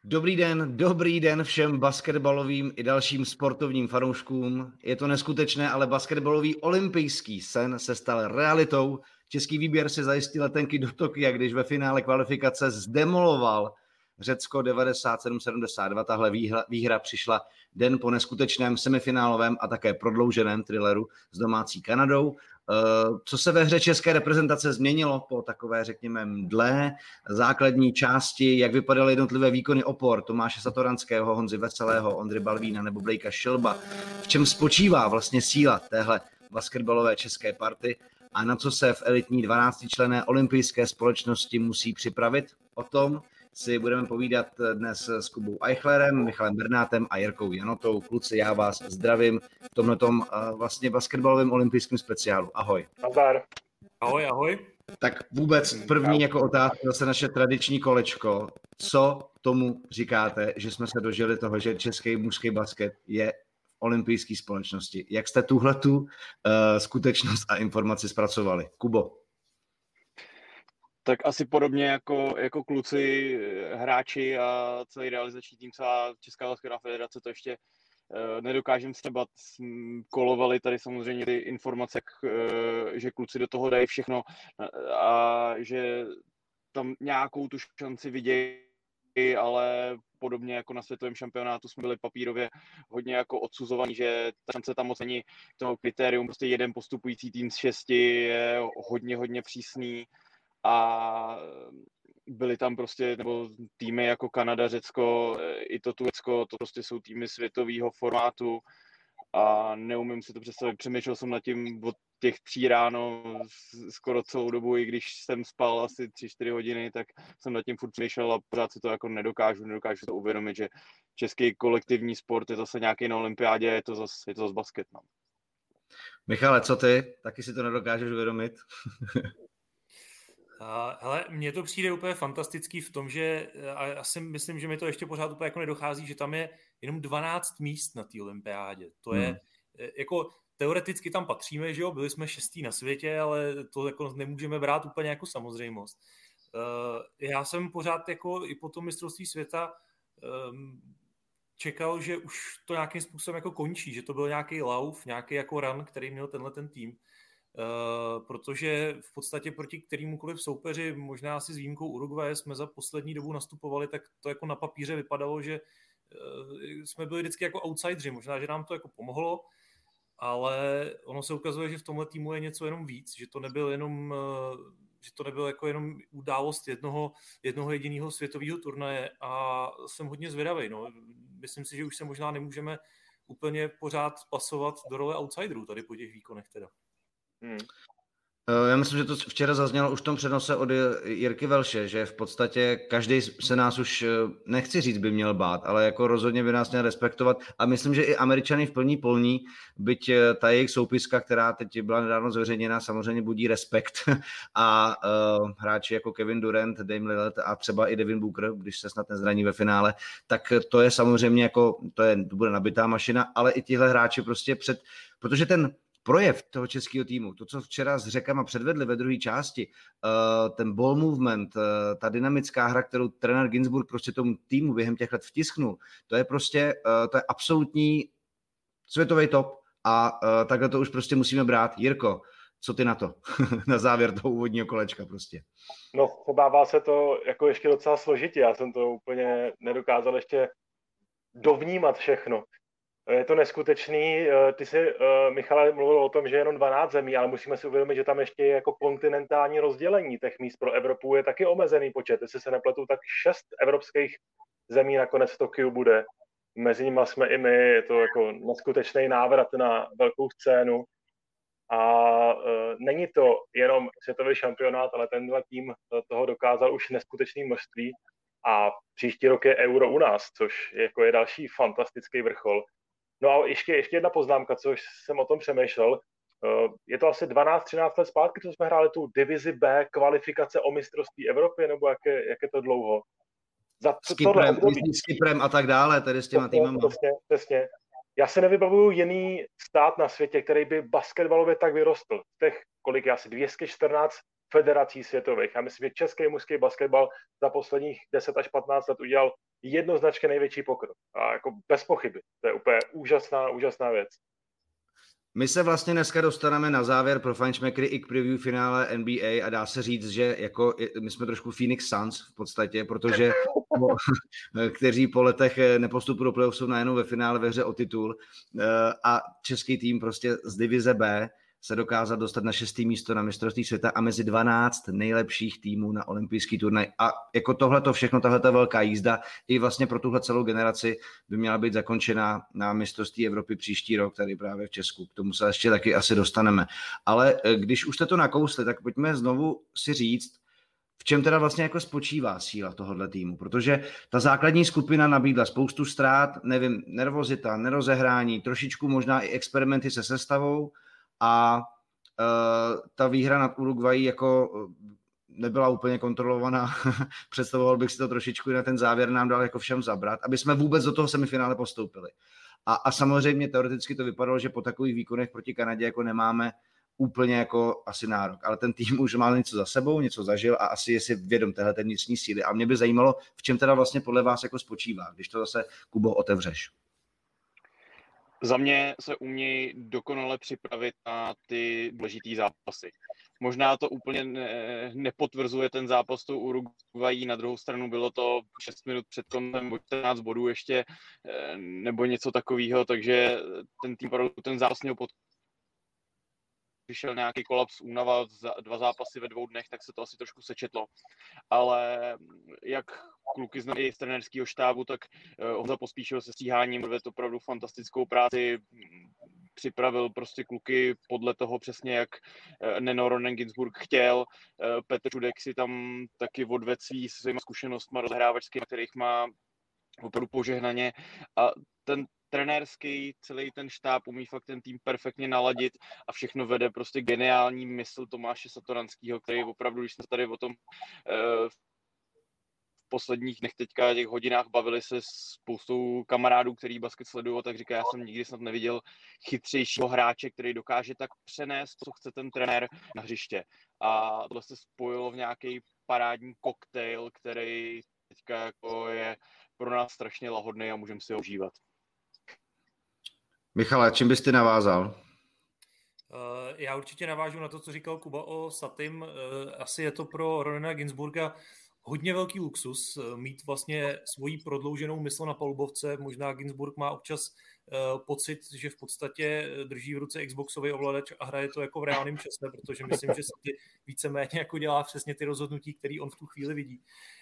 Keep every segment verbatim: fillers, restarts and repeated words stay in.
Dobrý den, dobrý den všem basketbalovým i dalším sportovním fanouškům. Je to neskutečné, ale basketbalový olympijský sen se stal realitou. Český výběr si zajistil letenky do Tokia, když ve finále kvalifikace zdemoloval Řecko devadesát sedm sedmdesát dva. Tahle výhra, výhra přišla den po neskutečném semifinálovém a také prodlouženém thrilleru s domácí Kanadou. Co se ve hře české reprezentace změnilo po takové, řekněme, mdlé základní části, jak vypadaly jednotlivé výkony opor Tomáše Satoranského, Honzy Veselého, Ondry Balvína nebo Blakea Šilba, v čem spočívá vlastně síla téhle basketbalové české party a na co se v elitní dvanáctičlenné olympijské společnosti musí připravit? O tom si budeme povídat dnes s Kubou Eichlerem, Michalem Bernátem a Jirkou Janotou. Kluci, já vás zdravím v tomhletom uh, vlastně basketbalovém olympijském speciálu. Ahoj. Nazdar. Ahoj, ahoj. Tak vůbec první jako otázka, zase naše tradiční kolečko. Co tomu říkáte, že jsme se dožili toho, že český mužský basket je v olympijské společnosti? Jak jste tuhletu uh, skutečnost a informaci zpracovali? Kubo. Tak asi podobně jako, jako kluci, hráči a celý realizační tým, celá Česká basketová federace, to ještě uh, nedokážeme třeba kolovali tady samozřejmě ty informace, uh, že kluci do toho dají všechno a že tam nějakou tu šanci vidějí, ale podobně jako na světovém šampionátu jsme byli papírově hodně jako odsuzovaní, že ta šance tam moc není, to kritérium, prostě jeden postupující tým z šesti je hodně, hodně přísný. A byly tam prostě, nebo týmy jako Kanada, Řecko, i to Turecko, to prostě jsou týmy světového formátu a neumím si to představit. Přemýšlel jsem nad tím od těch tří ráno skoro celou dobu, i když jsem spal asi tři čtyři hodiny, tak jsem nad tím furt přemýšlel a pořád si to jako nedokážu, nedokážu to uvědomit, že český kolektivní sport je zase nějaký na olympiádě, je to zase, je to zase basket. No. Michale, co ty? Taky si to nedokážeš uvědomit? Uh, hele, mně to přijde úplně fantastický v tom, že a já si myslím, že mi to ještě pořád úplně jako nedochází, že tam je jenom dvanáct míst na té olympiádě. To hmm. je jako teoreticky tam patříme, že jo, byli jsme šestý na světě, ale to jako nemůžeme brát úplně jako samozřejmost. Uh, já jsem pořád jako i po tom mistrovství světa um, čekal, že už to nějakým způsobem jako končí, že to byl nějaký lauf, nějaký jako run, který měl tenhle ten tým. Uh, protože v podstatě proti kterémukoliv soupeři, možná asi s výjimkou Uruguaye, jsme za poslední dobu nastupovali, tak to jako na papíře vypadalo, že uh, jsme byli vždycky jako outsideri, možná, že nám to jako pomohlo, ale ono se ukazuje, že v tomhle týmu je něco jenom víc, že to nebyl jenom, uh, že to nebyl jako jenom událost jednoho, jednoho jediného světového turnaje a jsem hodně zvědavý. No. Myslím si, že už se možná nemůžeme úplně pořád pasovat do role outsiderů tady po těch výkonech teda. Hmm. Já myslím, že to včera zaznělo už v tom přenose od Jirky Velše, že v podstatě každý se nás už, nechci říct, by měl bát, ale jako rozhodně by nás měl respektovat a myslím, že i Američany v plní polní, byť ta jejich soupiska, která teď byla nedávno zveřejněna, samozřejmě budí respekt a uh, hráči jako Kevin Durant, Dame Lillard a třeba i Devin Booker, když se snad nezraní ve finále, tak to je samozřejmě jako, to, je, to bude nabitá mašina, ale i tihle hráči prostě před, protože ten projev toho českého týmu, to, co včera s Řekama předvedli ve druhé části, uh, ten ball movement, uh, ta dynamická hra, kterou trenér Ginsburg prostě tomu týmu během těch let vtisknul, to je prostě, uh, to je absolutní světový top a uh, takhle to už prostě musíme brát. Jirko, co ty na to? Na závěr toho úvodního kolečka prostě. No, obává se to jako ještě docela složitě, já jsem to úplně nedokázal ještě dovnímat všechno. Je to neskutečný. Ty jsi, Michale, mluvil o tom, že je jenom dvanáct zemí, ale musíme si uvědomit, že tam ještě je jako kontinentální rozdělení těch míst pro Evropu je taky omezený počet. Jestli se nepletu, tak šest evropských zemí nakonec v Tokiu bude. Mezi nimi jsme i my, je to jako neskutečný návrat na velkou scénu. A e, není to jenom světový šampionát, ale tenhle tým toho dokázal už neskutečné množství. A příští rok je Euro u nás, což je, jako je další fantastický vrchol. No a ještě, ještě jedna poznámka, což jsem o tom přemýšlel. Je to asi dvanáct třináct let zpátky, co jsme hráli tu divizi B, kvalifikace o mistrovství Evropy, nebo jak je, jak je to dlouho? Za s Kyprem, s Kyprem a tak dále, tedy s těma týmama. Přesně, přesně. Já se nevybavuju jiný stát na světě, který by basketbalově tak vyrostl. V těch, kolik je asi dvě stě čtrnáct federací světových. Já myslím, že český mužský basketbal za posledních deset až patnáct let udělal jednoznačně největší pokrok. A jako bez pochyby. To je úplně úžasná, úžasná věc. My se vlastně dneska dostaneme na závěr pro Fajnšmekry i k preview finále N B A a dá se říct, že jako my jsme trošku Phoenix Suns v podstatě, protože po, kteří po letech nepostupu do playoff jsou najednou ve finále ve hře o titul a český tým prostě z divize B se dokázat dostat na šestý místo na mistrovství světa a mezi dvanáct nejlepších týmů na olympijský turnaj. A jako tohleto všechno, tahleta velká jízda i vlastně pro tuhle celou generaci by měla být zakončena na mistrovství Evropy příští rok tady právě v Česku. K tomu se ještě taky asi dostaneme. Ale když už jste to nakousli, tak pojďme znovu si říct, v čem teda vlastně jako spočívá síla tohohle týmu, protože ta základní skupina nabídla spoustu ztrát, nevím, nervozita, nerozehrání, trošičku možná i experimenty se sestavou, a uh, ta výhra nad Uruguayí jako nebyla úplně kontrolovaná. Představoval bych si to trošičku i na ten závěr nám dal jako všem zabrat, aby jsme vůbec do toho semifinále postoupili. A, a samozřejmě teoreticky to vypadalo, že po takových výkonech proti Kanadě jako nemáme úplně jako asi nárok. Ale ten tým už má něco za sebou, něco zažil a asi je si vědom téhle vnitřní síly. A mě by zajímalo, v čem teda vlastně podle vás jako spočívá, když to zase, Kubo, otevřeš. Za mě se umějí dokonale připravit na ty důležitý zápasy. Možná to úplně ne, nepotvrzuje ten zápas tou Uruguayí, na druhou stranu bylo to šest minut před koncem o čtrnáct bodů ještě, nebo něco takového, takže ten tým ten zápas měl pod přišel nějaký kolaps, únava, dva zápasy ve dvou dnech, tak se to asi trošku sečetlo. Ale jak kluky znám i z trenérského štábu, tak Honza Pospíšil se stíháním odvedl opravdu fantastickou práci, připravil prostě kluky podle toho přesně, jak Neno Ronen Ginsburg chtěl. Petr Čudek si tam taky odvedl svý svýma zkušenostma rozhrávačskými, kterých má opravdu požehnaně. A ten trenérský, celý ten štáb umí fakt ten tým perfektně naladit a všechno vede prostě geniální mysl Tomáše Satoranského, který opravdu, když jsme tady o tom uh, v posledních dnech teďka těch hodinách bavili se s spoustou kamarádů, který basket sledují, tak říká, já jsem nikdy snad neviděl chytřejšího hráče, který dokáže tak přenést, co chce ten trenér na hřiště. A tohle se spojilo v nějaký parádní koktejl, který teďka jako je pro nás strašně lahodný a můžeme si ho užívat. Michale, čím bys ty navázal? Já určitě navážu na to, co říkal Kuba o Satym. Asi je to pro Ronena Ginsburga hodně velký luxus mít vlastně svoji prodlouženou mysl na palubovce. Možná Ginsburg má občas pocit, že v podstatě drží v ruce Xboxový ovladač a hraje to jako v reálném čase, protože myslím, že Saty víceméně jako dělá přesně ty rozhodnutí, které on v tu chvíli vidí.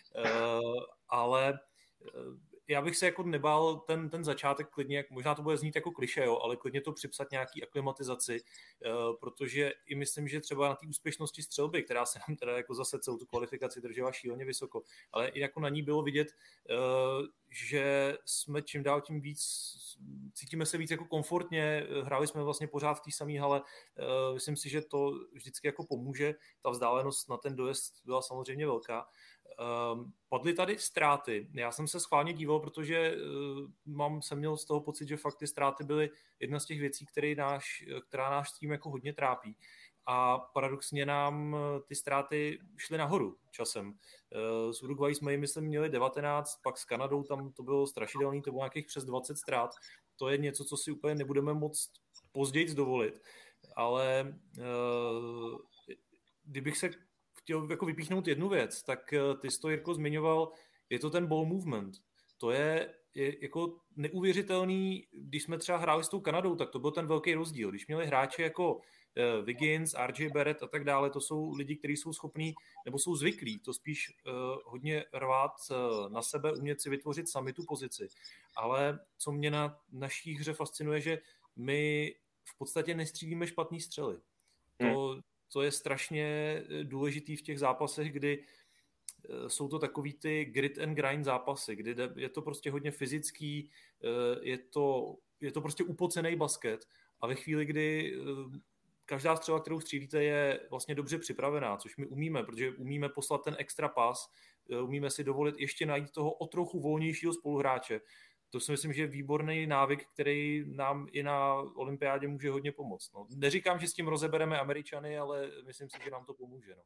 Ale já bych se jako nebál ten, ten začátek klidně, možná to bude znít jako klišé, jo, ale klidně to připsat nějaký aklimatizaci, uh, protože i myslím, že třeba na té úspěšnosti střelby, která se nám teda jako zase celou tu kvalifikaci držela šíleně vysoko, ale i jako na ní bylo vidět, uh, že jsme čím dál tím víc, cítíme se víc jako komfortně, hráli jsme vlastně pořád v té samé hale, uh, myslím si, že to vždycky jako pomůže, ta vzdálenost na ten dojezd byla samozřejmě velká. Um, padly tady ztráty. Já jsem se schválně díval, protože uh, mám, jsem měl z toho pocit, že fakt ty ztráty byly jedna z těch věcí, který náš, která náš tým jako hodně trápí. A paradoxně nám ty ztráty šly nahoru časem. Uh, s Uruguay jsme, myslím, měli devatenáct, pak s Kanadou tam to bylo strašidelný, to bylo nějakých přes dvacet ztrát. To je něco, co si úplně nebudeme moc později dovolit. Ale uh, kdybych se chtěl jako vypíchnout jednu věc, tak ty jsi to, Jirko, zmiňoval, je to ten ball movement. To je, je jako neuvěřitelný, když jsme třeba hráli s tou Kanadou, tak to byl ten velký rozdíl. Když měli hráči jako Wiggins, R J Barrett a tak dále, to jsou lidi, kteří jsou schopní, nebo jsou zvyklí, to spíš uh, hodně rvát uh, na sebe, umět si vytvořit sami tu pozici. Ale co mě na naší hře fascinuje, že my v podstatě nestřílíme špatný střely. To hmm. To je strašně důležitý v těch zápasech, kdy jsou to takový ty grit and grind zápasy, kdy je to prostě hodně fyzický, je to, je to prostě upocený basket a ve chvíli, kdy každá střela, kterou střílíte, je vlastně dobře připravená, což my umíme, protože umíme poslat ten extra pas, umíme si dovolit ještě najít toho o trochu volnějšího spoluhráče. To si myslím, že je výborný návyk, který nám i na olympiádě může hodně pomoct. No, neříkám, že s tím rozebereme Američany, ale myslím si, že nám to pomůže. No.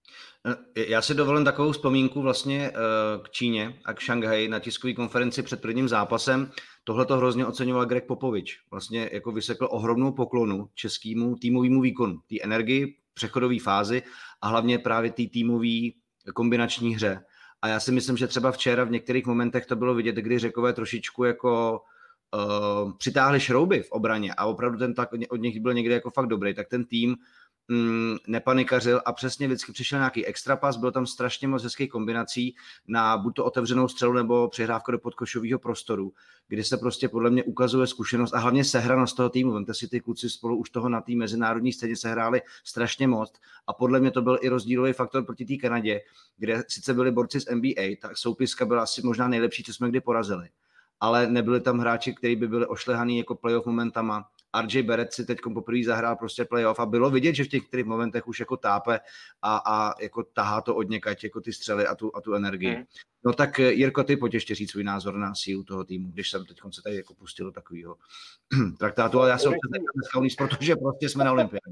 Já si dovolím takovou vzpomínku vlastně k Číně a k Šanghaji na tiskové konferenci před prvním zápasem. Tohle to hrozně oceňoval Greg Popovič. Vlastně jako vysekl ohromnou poklonu českému týmovému výkonu, té energii, přechodové fázi a hlavně právě té týmové kombinační hře. A já si myslím, že třeba včera v některých momentech to bylo vidět, kdy Řekové trošičku jako uh, přitáhli šrouby v obraně a opravdu ten tak od nich byl někde jako fakt dobrý, tak ten tým mm, nepanikařil a přesně vždycky přišel nějaký extrapas, bylo tam strašně moc hezkých kombinací na buď to otevřenou střelu nebo přihrávka do podkošového prostoru, kdy se prostě podle mě ukazuje zkušenost a hlavně sehranost toho týmu. Vemte si, ty kluci spolu už toho na té mezinárodní scéně sehráli strašně moc a podle mě to byl i rozdílový faktor proti té Kanadě, kde sice byli borci z N B A, tak soupiska byla asi možná nejlepší, co jsme kdy porazili, ale nebyli tam hráči, kteří by byli ošlehaný jako playoff momentama. R J Barrett si teď poprvé zahrál prostě playoff a bylo vidět, že v těch některých momentech už jako tápe a, a jako tahá to odněkať, jako ty střely a tu, a tu energii. Hmm. No tak Jirko, ty pojď ještě říct svůj názor na sílu toho týmu, když jsem teď se tady jako pustil do takového traktátu, ale já jsem dneska uníst, protože prostě jsme na olympiádě.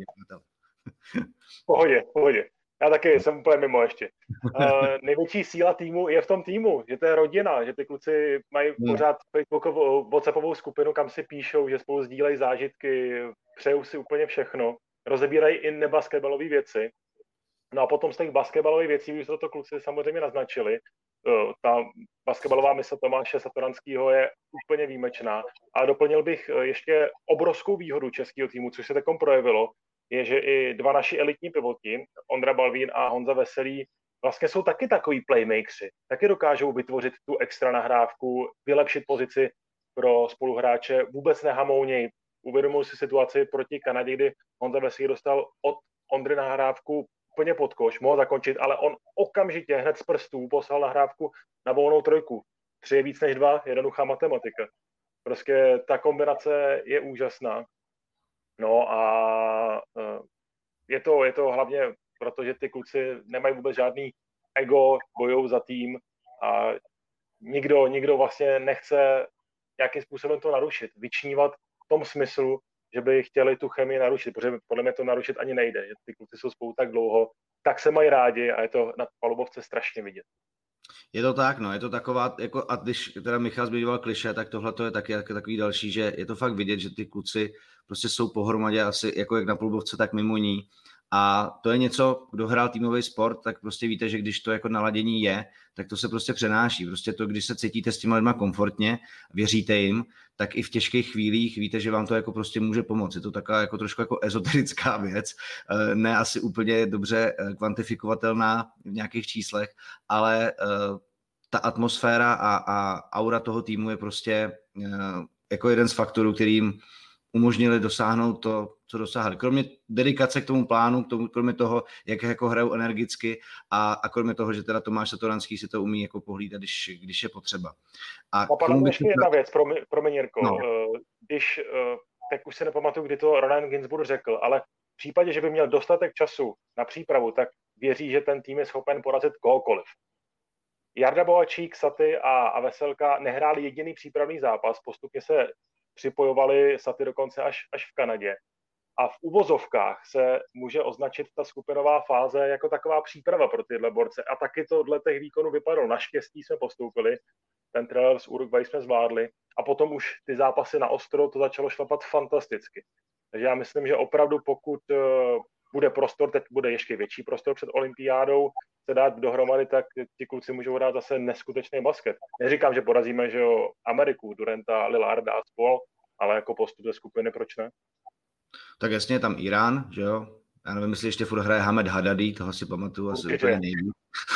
Pohodě, pohodě. Já taky jsem úplně mimo ještě. Uh, největší síla týmu je v tom týmu, že to je rodina, že ty kluci mají pořád facebookovou, whatsappovou skupinu, kam si píšou, že spolu sdílejí zážitky, přejou si úplně všechno, rozebírají i nebasketbalové věci. No a potom z těch basketbalových věcí, už to kluci samozřejmě naznačili, uh, ta basketbalová mise Tomáše Satoranského je úplně výjimečná. A doplnil bych ještě obrovskou výhodu českého týmu, což se takom projevilo, je, že i dva naši elitní pivoti, Ondra Balvín a Honza Veselý, vlastně jsou taky takový playmakeri. Taky dokážou vytvořit tu extra nahrávku, vylepšit pozici pro spoluhráče, vůbec nehamouněj. Uvědomuji si situaci proti Kanadě, kdy Honza Veselý dostal od Ondry nahrávku úplně pod koš, mohl zakončit, ale on okamžitě hned z prstů poslal nahrávku na volnou trojku. Tři je víc než dva, jednoduchá matematika. Prostě ta kombinace je úžasná. No a je to, je to hlavně proto, že ty kluci nemají vůbec žádný ego, bojou za tým a nikdo, nikdo vlastně nechce nějakým způsobem to narušit, vyčnívat v tom smyslu, že by chtěli tu chemii narušit, protože podle mě to narušit ani nejde, že ty kluci jsou spolu tak dlouho, tak se mají rádi a je to na palubovce strašně vidět. Je to tak, no, je to taková, jako, a když teda Michal zmiňoval klišé, tak tohle to je taky jako takový další, že je to fakt vidět, že ty kluci prostě jsou pohromadě asi jako jak na palubovce, tak mimo ní. A to je něco, kdo hrál týmový sport, tak prostě víte, že když to jako naladění je, tak to se prostě přenáší. Prostě to, když se cítíte s těma lidma komfortně, věříte jim, tak i v těžkých chvílích víte, že vám to jako prostě může pomoct. Je to taková jako trošku jako ezoterická věc, ne asi úplně dobře kvantifikovatelná v nějakých číslech, ale ta atmosféra a, a aura toho týmu je prostě jako jeden z faktorů, kterým umožnili dosáhnout to, co dosáhli. Kromě dedikace k tomu plánu, k tomu, kromě toho, jak jako hrajou energicky a, a kromě toho, že teda Tomáš Satoranský si to umí jako pohlídat, když, když je potřeba. A no, pane, ještě jedna věc, pro mě, Jirko. No. Když, tak už se nepamatuju, kdy to Ronan Ginsburg řekl, ale v případě, že by měl dostatek času na přípravu, tak věří, že ten tým je schopen porazit kohokoliv. Jarda Bohačík, Saty a, a Veselka nehráli jediný přípravný zápas, postupně se připojovali Saty dokonce až, až v Kanadě. A v uvozovkách se může označit ta skupinová fáze jako taková příprava pro tyhle borce. A taky to dle těch výkonů vypadalo. Naštěstí jsme postoupili, ten trailer z Uruguay jsme zvládli a potom už ty zápasy na ostro to začalo šlapat fantasticky. Takže já myslím, že opravdu pokud uh, bude prostor, teď bude ještě větší prostor před olympiádou, se dát dohromady, tak ti kluci můžou dát zase neskutečný basket. Neříkám, že porazíme, že jo, Ameriku, Duranta, Lillarda a spol, ale jako postup ze skupiny, proč ne? Tak jasně, tam Irán, že jo? Já nevím, jestli ještě furt hraje Hamed Haddadi, toho si pamatuju asi úplně nejvíc.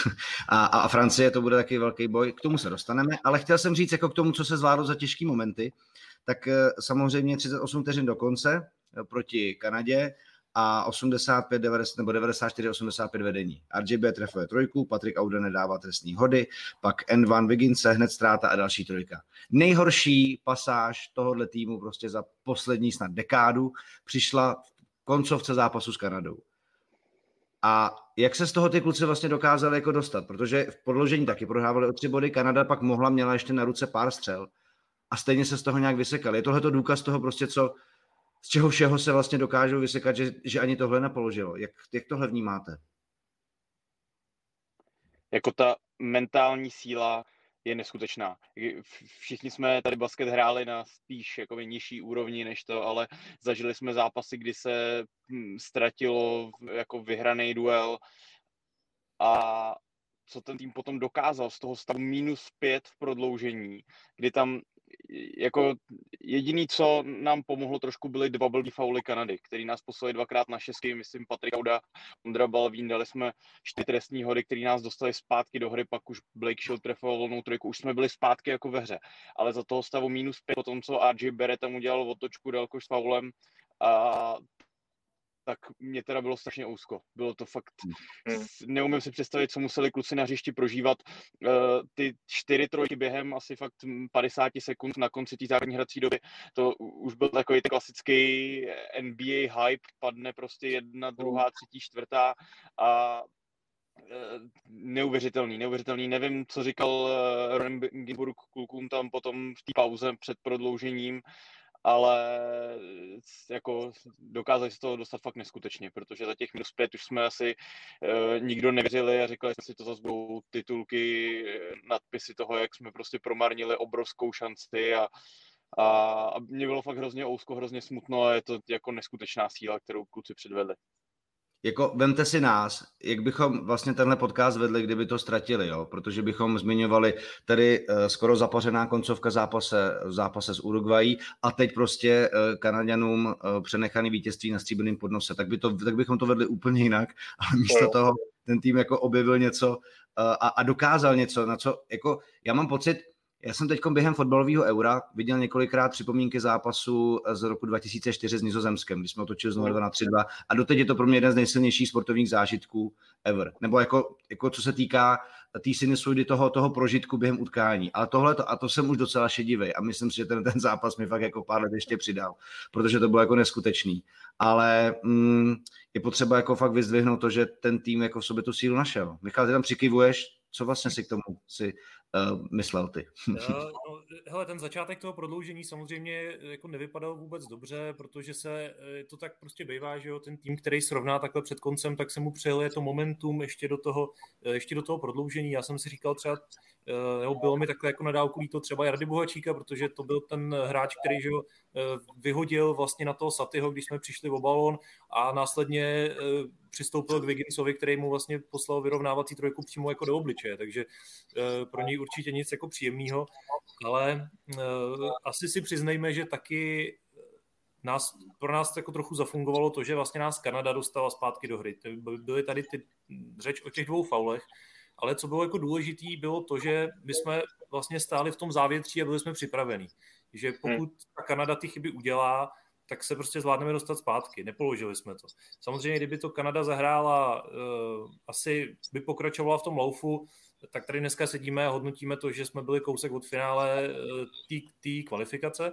A, a Francie, to bude taky velký boj, k tomu se dostaneme, ale chtěl jsem říct jako k tomu, co se zvládlo za těžký momenty, tak samozřejmě třicet osm vteřin do konce proti Kanadě a osmdesát pět devadesát nebo devadesát čtyři osmdesát pět vedení. R J B trefuje trojku, Patrick Aude nedává trestní hody, pak N. Van Wigginse hned ztráta a další trojka. Nejhorší pasáž tohohle týmu prostě za poslední snad dekádu přišla v koncovce zápasu s Kanadou. A jak se z toho ty kluci vlastně dokázali jako dostat? Protože v podložení taky prohrávali o tři body, Kanada pak mohla, měla ještě na ruce pár střel a stejně se z toho nějak vysekali. Je tohleto důkaz toho prostě, co z čeho všeho se vlastně dokážou vysekat, že, že ani tohle nepoložilo. Jak, jak tohle vnímáte? jako ta mentální síla je neskutečná. Všichni jsme tady basket hráli na spíš jako nižší úrovni než to, ale zažili jsme zápasy, kdy se ztratilo jako vyhraný duel a co ten tým potom dokázal z toho stavu minus pět v prodloužení, kdy tam jako jediný, co nám pomohlo trošku, byly dva blbý fauly Kanady, který nás poslali dvakrát na šestky, myslím Patrik Auda, Ondra Balvín, dali jsme čtyři trestní hody, který nás dostali zpátky do hry, pak už Blake Shield trefoval volnou trojku, už jsme byli zpátky jako ve hře, ale za toho stavu minus pět, potom co R J Barrett tam udělal otočku daleko s faulem, a tak mě teda bylo strašně úzko. Bylo to fakt, hmm. neumím si představit, co museli kluci na hřišti prožívat. Uh, ty čtyři trojky během asi fakt padesát sekund na konci té základní hrací doby, to už byl takový klasický N B A hype, padne prostě jedna, druhá, třetí, čtvrtá a neuvěřitelný, neuvěřitelný. Nevím, co říkal Ron Ginsburg klukům tam potom v té pauze před prodloužením, ale jako dokázali se toho dostat fakt neskutečně, protože za těch minus pět už jsme asi uh, nikdo nevěřili a říkali jsme si, to zase budou titulky, nadpisy toho, jak jsme prostě promarnili obrovskou šanci a, a, a mě bylo fakt hrozně ousko, hrozně smutno a je to jako neskutečná síla, kterou kluci předvedli. Jako vemte si nás, jak bychom vlastně tenhle podcast vedli, kdyby to ztratili, jo? Protože bychom zmiňovali tady uh, skoro zapařená koncovka zápase, zápase s Uruguayí a teď prostě uh, Kanaďanům uh, přenechaný vítězství na stříbrném podnose. Tak, by to, tak bychom to vedli úplně jinak, ale místo no. toho ten tým jako objevil něco uh, a, a dokázal něco, na co jako já mám pocit. Já jsem teď během fotbalového Eura viděl několikrát připomínky zápasu z roku dva tisíce čtyři s Nizozemskem, kdy jsme otočili znovu dva na tři dva a doteď je to pro mě jeden z nejsilnějších sportovních zážitků ever. Nebo jako, jako co se týká té tý sinusoidy toho, toho prožitku během utkání. Ale tohle a to jsem už docela šedivej a myslím si, že ten, ten zápas mi fakt jako pár let ještě přidal, protože to bylo jako neskutečný. Ale mm, je potřeba jako fakt vyzdvihnout to, že ten tým jako v sobě tu sílu našel. Michal, ty tam přikyvuješ, co vlastně si k tomu si Uh, myslel ty. no, hele, ten začátek toho prodloužení samozřejmě jako nevypadal vůbec dobře, protože se to tak prostě bývá, že jo, ten tým, který srovná takhle před koncem, tak se mu přelije to momentum ještě do toho, ještě do toho prodloužení. Já jsem si říkal třeba, nebo bylo mi takhle jako na dálku líto třeba Jardy Bohačíka, protože to byl ten hráč, který že jo, vyhodil vlastně na toho Satyho, když jsme přišli o balón a následně přistoupil k Wigginsovi, který mu vlastně poslal vyrovnávací trojku přímo jako do obličeje, takže pro něj určitě nic jako příjemného, ale asi si přiznejme, že taky nás, pro nás jako trochu zafungovalo to, že vlastně nás Kanada dostala zpátky do hry. Byly tady ty řeč o těch dvou faulech, ale co bylo jako důležitý, bylo to, že my jsme vlastně stáli v tom závětří a byli jsme připravení. Že pokud ta Kanada ty chyby udělá, tak se prostě zvládneme dostat zpátky. Nepoložili jsme to. Samozřejmě, kdyby to Kanada zahrála, uh, asi by pokračovala v tom laufu, tak tady dneska sedíme a hodnotíme to, že jsme byli kousek od finále uh, té kvalifikace.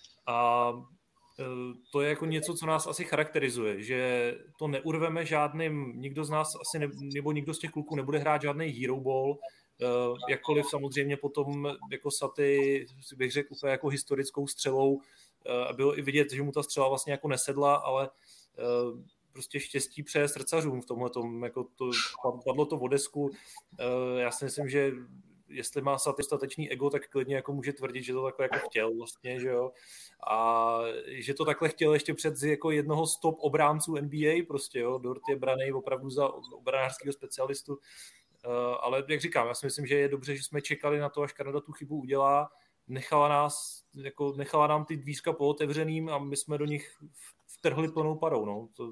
A uh, to je jako něco, co nás asi charakterizuje, že to neurveme žádným, nikdo z nás asi ne, nebo nikdo z těch kluků nebude hrát žádný hero ball, uh, jakkoliv samozřejmě potom jako Saty, bych řekl úplně jako historickou střelou, a bylo i vidět, že mu ta střela vlastně jako nesedla, ale uh, prostě štěstí přeje srdcařům v tomhletom, jako to, padlo to v desku. Uh, já si myslím, že jestli má Saty dostatečný ego, tak klidně jako může tvrdit, že to takhle jako chtěl vlastně, že jo. A že to takhle chtěl ještě před jako jednoho z top obránců N B A prostě, jo. Dort je branej opravdu za obranářského specialistu. Uh, ale jak říkám, já si myslím, že je dobře, že jsme čekali na to, až Kanada tu chybu udělá, nechala nás, jako nechala nám ty dvířka pootevřeným a my jsme do nich vtrhli plnou parou, no. To...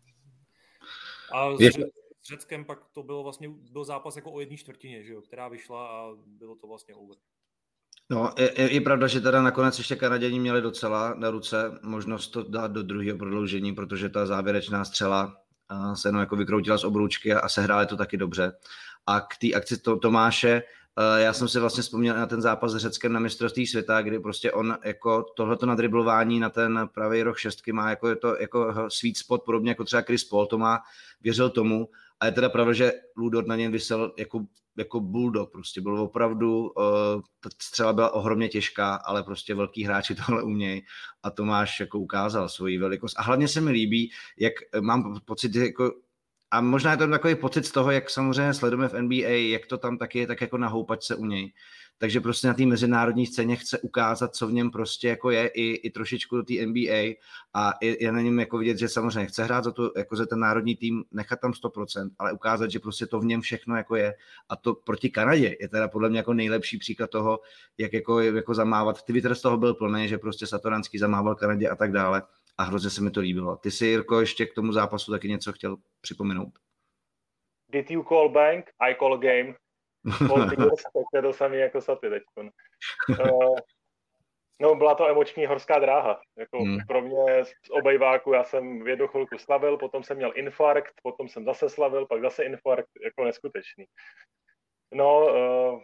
A s, Ř- s Řeckem pak to bylo vlastně, byl zápas jako o jedné čtvrtině, že jo, která vyšla a bylo to vlastně over. No, je, je pravda, že teda nakonec ještě Kanaděni měli docela na ruce možnost to dát do druhého prodloužení, protože ta závěrečná střela se jenom jako vykroutila z obroučky a sehráli to taky dobře. A k té akci to, Tomáše, já jsem si vlastně vzpomněl na ten zápas s Řeckem na mistrovství světa, kdy prostě on jako tohleto nadriblování na ten pravý roh šestky má jako, je to jako sweet spot, podobně jako třeba Chris Paul to má, věřil tomu. A je teda pravda, že Lou Dort na něm vysel jako, jako bulldog, prostě byl opravdu, uh, ta střela byla ohromně těžká, ale prostě velký hráči tohle umějí a Tomáš jako ukázal svoji velikost. A hlavně se mi líbí, jak mám pocit, jako a možná je to takový pocit z toho, jak samozřejmě sledujeme v N B A, jak to tam taky je tak jako na houpačce u něj. Takže prostě na té mezinárodní scéně chce ukázat, co v něm prostě jako je, i, i trošičku do té N B A a je, je na něm jako vidět, že samozřejmě chce hrát za, to, jako za ten národní tým, nechat tam sto procent, ale ukázat, že prostě to v něm všechno jako je. A to proti Kanadě je teda podle mě jako nejlepší příklad toho, jak jako, jako zamávat. Twitter z toho byl plný, že prostě Satoranský zamával Kanadě a tak dále a hrozně se mi to líbilo. Ty si, Jirko, ještě k tomu zápasu taky něco chtěl připomenout? Did you call bank? I call game. Tak je to samý jako Saty teď. Uh, no, byla to emoční horská dráha. Jako hmm. Pro mě z obejváku já jsem v jednu chvilku slavil, potom jsem měl infarkt, potom jsem zase slavil, pak zase infarkt, jako neskutečný. No, uh,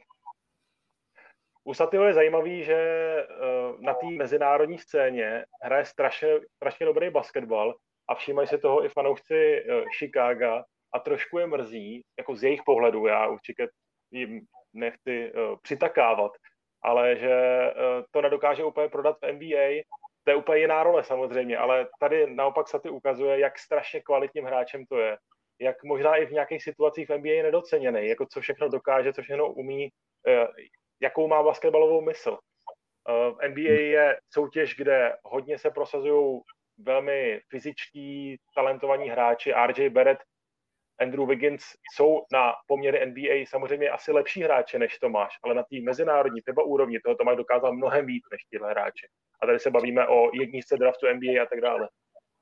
u Satyho je zajímavý, že uh, na té mezinárodní scéně hraje strašně, strašně dobrý basketbal a všímají se toho i fanoušci uh, Chicaga a trošku je mrzí, jako z jejich pohledu, já určitě jim nechci uh, přitakávat, ale že uh, to nedokáže úplně prodat v N B A. To je úplně jiná role samozřejmě, ale tady naopak Saty ukazuje, jak strašně kvalitním hráčem to je. Jak možná i v nějakých situacích v N B A je nedoceněný, jako co všechno dokáže, co všechno umí, uh, jakou má basketbalovou mysl. Uh, N B A je soutěž, kde hodně se prosazují velmi fyzičtí, talentovaní hráči. R J Barrett, Andrew Wiggins jsou na poměry N B A samozřejmě asi lepší hráče, než to máš, ale na té mezinárodní FIBA úrovni toho Tomáš dokázal mnohem víc než tyhle hráči. A tady se bavíme o jedničce draftu N B A a tak dále.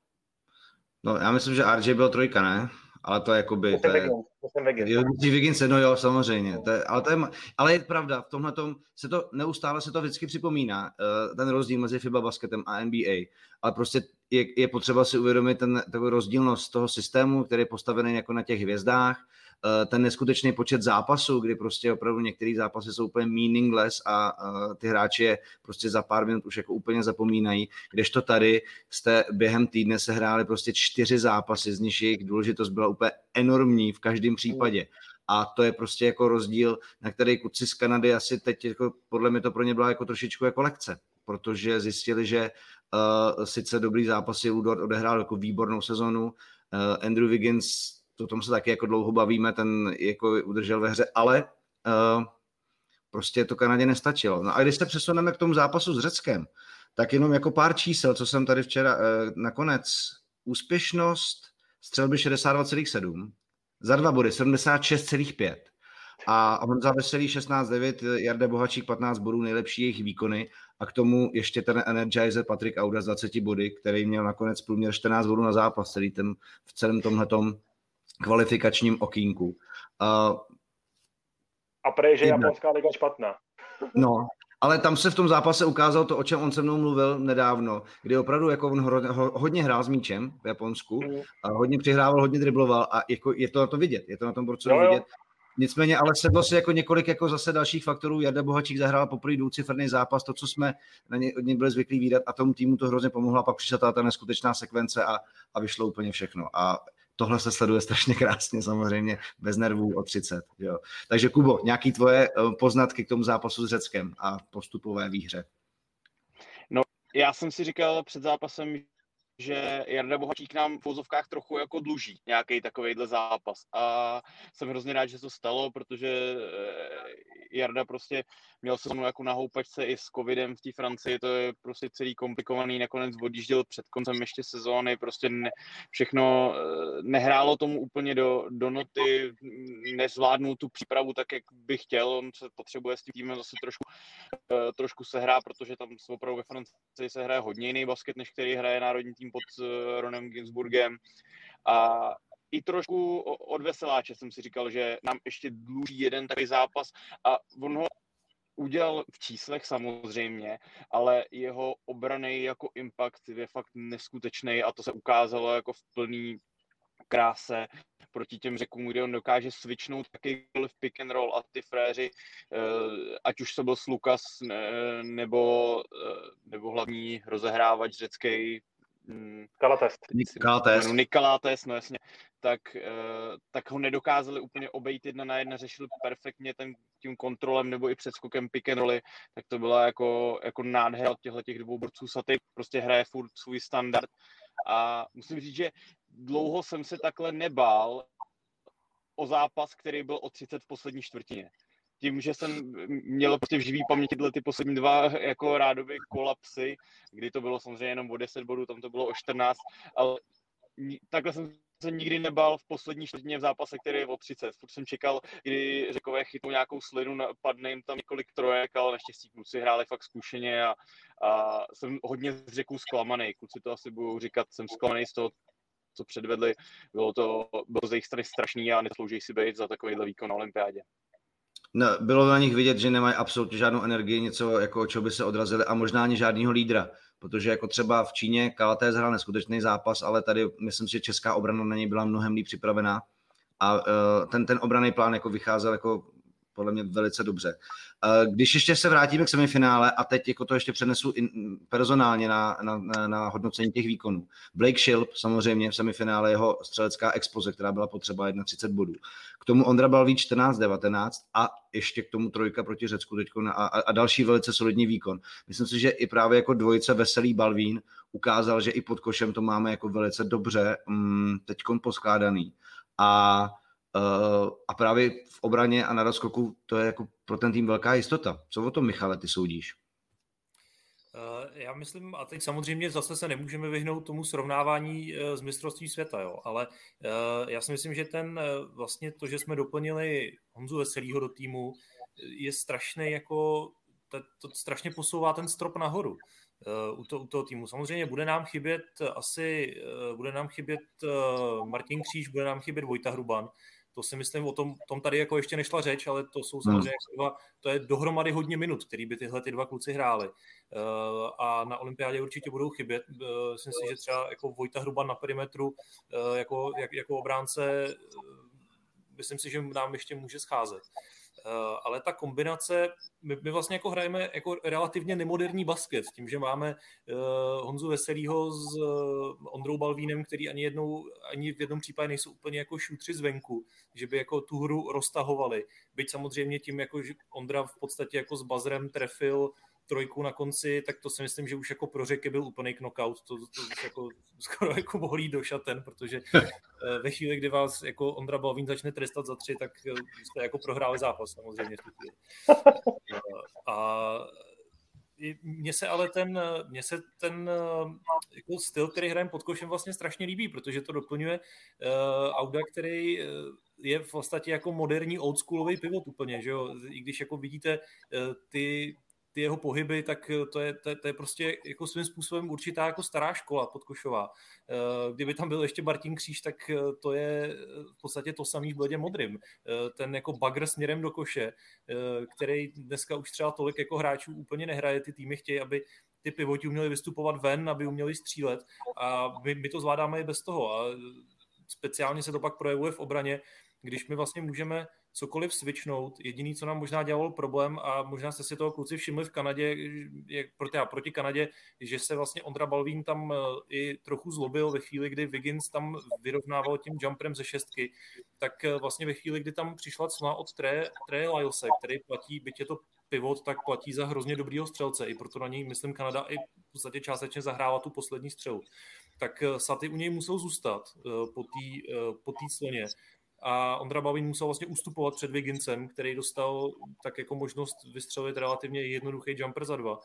No, já myslím, že R J byl trojka, ne? Ale to je jakoby... To je... Wiggins. Jo, Wiggins, no jo, samozřejmě. To je, ale, to je, ale je pravda, v tomhletom se to neustále se to vždycky připomíná, ten rozdíl mezi FIBA basketem a N B A. Ale prostě je, je potřeba si uvědomit ten takový rozdílnost toho systému, který je postavený jako na těch hvězdách, ten neskutečný počet zápasů, kdy prostě opravdu některé zápasy jsou úplně meaningless a ty hráči je prostě za pár minut už jako úplně zapomínají, kdežto tady jste během týdne se hráli prostě čtyři zápasy, z nich jejich důležitost byla úplně enormní v každém případě. A to je prostě jako rozdíl, na který kluci z Kanady asi teď, jako, podle mě to pro ně byla jako trošičku jako lekce, protože zjistili, že uh, sice dobrý zápasy Udort odehrál jako výbornou sezonu, uh, Andrew Wiggins, o tom se taky jako dlouho bavíme, ten jako udržel ve hře, ale uh, prostě to Kanadě nestačilo. No a když se přesuneme k tomu zápasu s Řeckem, tak jenom jako pár čísel, co jsem tady včera uh, nakonec, úspěšnost střelby šedesát dva celá sedm, za dva body sedmdesát šest celá pět a Honza Veselý šestnáct devět, Jarda Bohačík patnáct bodů, nejlepší jejich výkony a k tomu ještě ten energizer Patrik Auda z dvacet body, který měl nakonec průměr čtrnáct bodů na zápas, celý ten, v celém tomhletom kvalifikačním okýnku. Uh, a prej, že japonská liga špatná. No, ale tam se v tom zápase ukázalo to, o čem on se mnou mluvil nedávno, kdy opravdu jako on ho, ho, hodně hrál s míčem v Japonsku, mm. a hodně přihrával, hodně dribloval a jako je to na to vidět, je to na tom borcovi vidět. Nicméně, ale sedlo se jako několik jako zase dalších faktorů. Jarda Bohačík zahrál poprvé dvouciferný zápas, to, co jsme na něj, od něj byli zvyklí vídat a tomu týmu to hrozně pomohlo a pak přišla ta, ta neskutečná sekvence a, a vyšlo úplně všechno. A tohle se sleduje strašně krásně, samozřejmě, bez nervů o třicet. Jo. Takže Kubo, nějaký tvoje poznatky k tomu zápasu s Řeckem a postupové výhře? No, já jsem si říkal před zápasem, že Jarda Bohačík nám v vozovkách trochu jako dluží nějaký takovejhle zápas. A jsem hrozně rád, že to stalo, protože Jarda prostě měl sezonu jako na houpačce i s covidem v té Francii, to je prostě celý komplikovaný, nakonec odjížděl před koncem ještě sezóny, prostě ne, všechno nehrálo tomu úplně do, do noty, nezvládnul tu přípravu tak, jak by chtěl, on se potřebuje s tím týmem zase trošku, trošku sehrát, protože tam opravdu ve Francii se hraje hodně jiný basket, než který hraje národní tým pod Ronem Ginsburgem. A i trošku od veseláče jsem si říkal, že nám ještě dluží jeden takový zápas a on ho udělal v číslech samozřejmě, ale jeho obraný jako impact je fakt neskutečný a to se ukázalo jako v plný kráse proti těm Řekům, kde on dokáže switchnout jakýkoliv pick and roll a ty fréři, ať už to byl Slukas nebo, nebo hlavní rozehrávač řecký Kalates. Kalates. Nikalates, no jasně. Tak, tak ho nedokázali úplně obejít jedna na jedna, řešili perfektně ten, tím kontrolem nebo i předskokem pick and rolly, tak to byla jako, jako nádhera od těchto těch dvou borců. Saty prostě hraje furt svůj standard a musím říct, že dlouho jsem se takhle nebál o zápas, který byl o třicet v poslední čtvrtině. Tím, že jsem měl prostě v živý paměti tyhle ty poslední dva jako rádově kolapsy, kdy to bylo samozřejmě jenom o deset bodů, tam to bylo o čtrnáct, ale takhle jsem se nikdy nebál v poslední čtvrtině v zápase, který je o třicet. Furt jsem čekal, kdy Řekové chytnou nějakou slinu, padne jim tam několik trojek, ale naštěstí kluci hráli fakt zkušeně a, a jsem hodně z Řeků zklamaný. Kluci to asi budou říkat, jsem zklamaný z toho, co předvedli. Bylo to, bylo to z jejich strany strašný a neslouží si být za takovýhle výkon na olympiádě. No, bylo na nich vidět, že nemají absolutně žádnou energii, něco, jako čeho by se odrazili a možná ani žádného lídra, protože jako třeba v Číně Kalaté zhrál neskutečný zápas, ale tady myslím si, že česká obrana na něj byla mnohem líp připravená a uh, ten, ten obranný plán jako vycházel jako podle mě velice dobře. Uh, když ještě se vrátíme k semifinále a teď jako to ještě přenesu in, personálně na, na, na, na hodnocení těch výkonů. Blake Shelp samozřejmě v semifinále, jeho střelecká expoze, která byla potřeba třicet jedna bodů. K tomu Ondra Balví čtrnáct devatenáct a ještě k tomu trojka proti Řecku teďko a, a, a další velice solidní výkon. Myslím si, že i právě jako dvojice Veselý Balvín ukázal, že i pod košem to máme jako velice dobře mm, teďkon poskládaný. A Uh, a právě v obraně a na rozskoku to je jako pro ten tým velká jistota. Co o tom, Michale, ty soudíš? Uh, já myslím, a teď samozřejmě zase se nemůžeme vyhnout tomu srovnávání uh, z mistrovství světa, jo, ale uh, já si myslím, že ten uh, vlastně to, že jsme doplnili Honzu Veselýho do týmu, je strašný jako, to, to strašně posouvá ten strop nahoru. Uh, u, to, u toho týmu. Samozřejmě bude nám chybět asi, uh, bude nám chybět uh, Martin Kříž, bude nám chybět Vojta Hruban. To si myslím, o tom, tom tady jako ještě nešla řeč, ale to jsou samozřejmě dva, to je dohromady hodně minut, který by tyhle ty dva kluci hráli. Uh, a na olympiádě určitě budou chybět. Uh, myslím si, že třeba jako Vojta Hruban na perimetru uh, jako, jak, jako obránce uh, myslím si, že nám ještě může scházet. Uh, ale ta kombinace, my, my vlastně jako hrajeme jako relativně nemoderní basket, tím, že máme uh, Honzu Veselýho s uh, Ondrou Balvínem, který ani jednou, ani v jednom případě nejsou úplně jako šutři zvenku, že by jako tu hru roztahovali. Byť samozřejmě tím, jako, že Ondra v podstatě jako s bazrem trefil trojku na konci, tak to si myslím, že už jako pro Řeky byl úplný knockout, to, to už jako skoro jako mohl jít do šaten, protože ve chvíli, kdy vás jako Ondra Balvín začne trestat za tři, tak jste jako prohráli zápas samozřejmě v tu chvíli. A mně se ale ten, mně se ten jako styl, který hrajeme pod košem, vlastně strašně líbí, protože to doplňuje uh, Auda, který je v podstatě jako moderní oldschoolový pivot úplně, že jo? I když jako vidíte uh, ty ty jeho pohyby, tak to je, to, je, to je prostě jako svým způsobem určitá jako stará škola podkošová. Kdyby tam byl ještě Martin Kříž, tak to je v podstatě to samý v bledě modrým. Ten jako bagr směrem do koše, který dneska už třeba tolik jako hráčů úplně nehraje, ty týmy chtějí, aby ty pivoti uměli vystupovat ven, aby uměli střílet a my, my to zvládáme i bez toho a speciálně se to pak projevuje v obraně, když my vlastně můžeme cokoliv switchnout. Jediný, co nám možná dělalo problém a možná jste si toho kluci všimli v Kanadě, je proti, proti Kanadě, že se vlastně Ondra Balvín tam i trochu zlobil ve chvíli, kdy Wiggins tam vyrovnával tím jumperem ze šestky, tak vlastně ve chvíli, kdy tam přišla cla od Treje Lylese, který platí, byť je to pivot, tak platí za hrozně dobrýho střelce, i proto na něj, myslím, Kanada i v podstatě částečně zahrála tu poslední střelu. Tak Saty u něj musel zůstat po té po té sloně. A Ondra Balvín musel vlastně ustupovat před Wigginsem, který dostal tak jako možnost vystřelit relativně jednoduchý jumper za dva. Uh,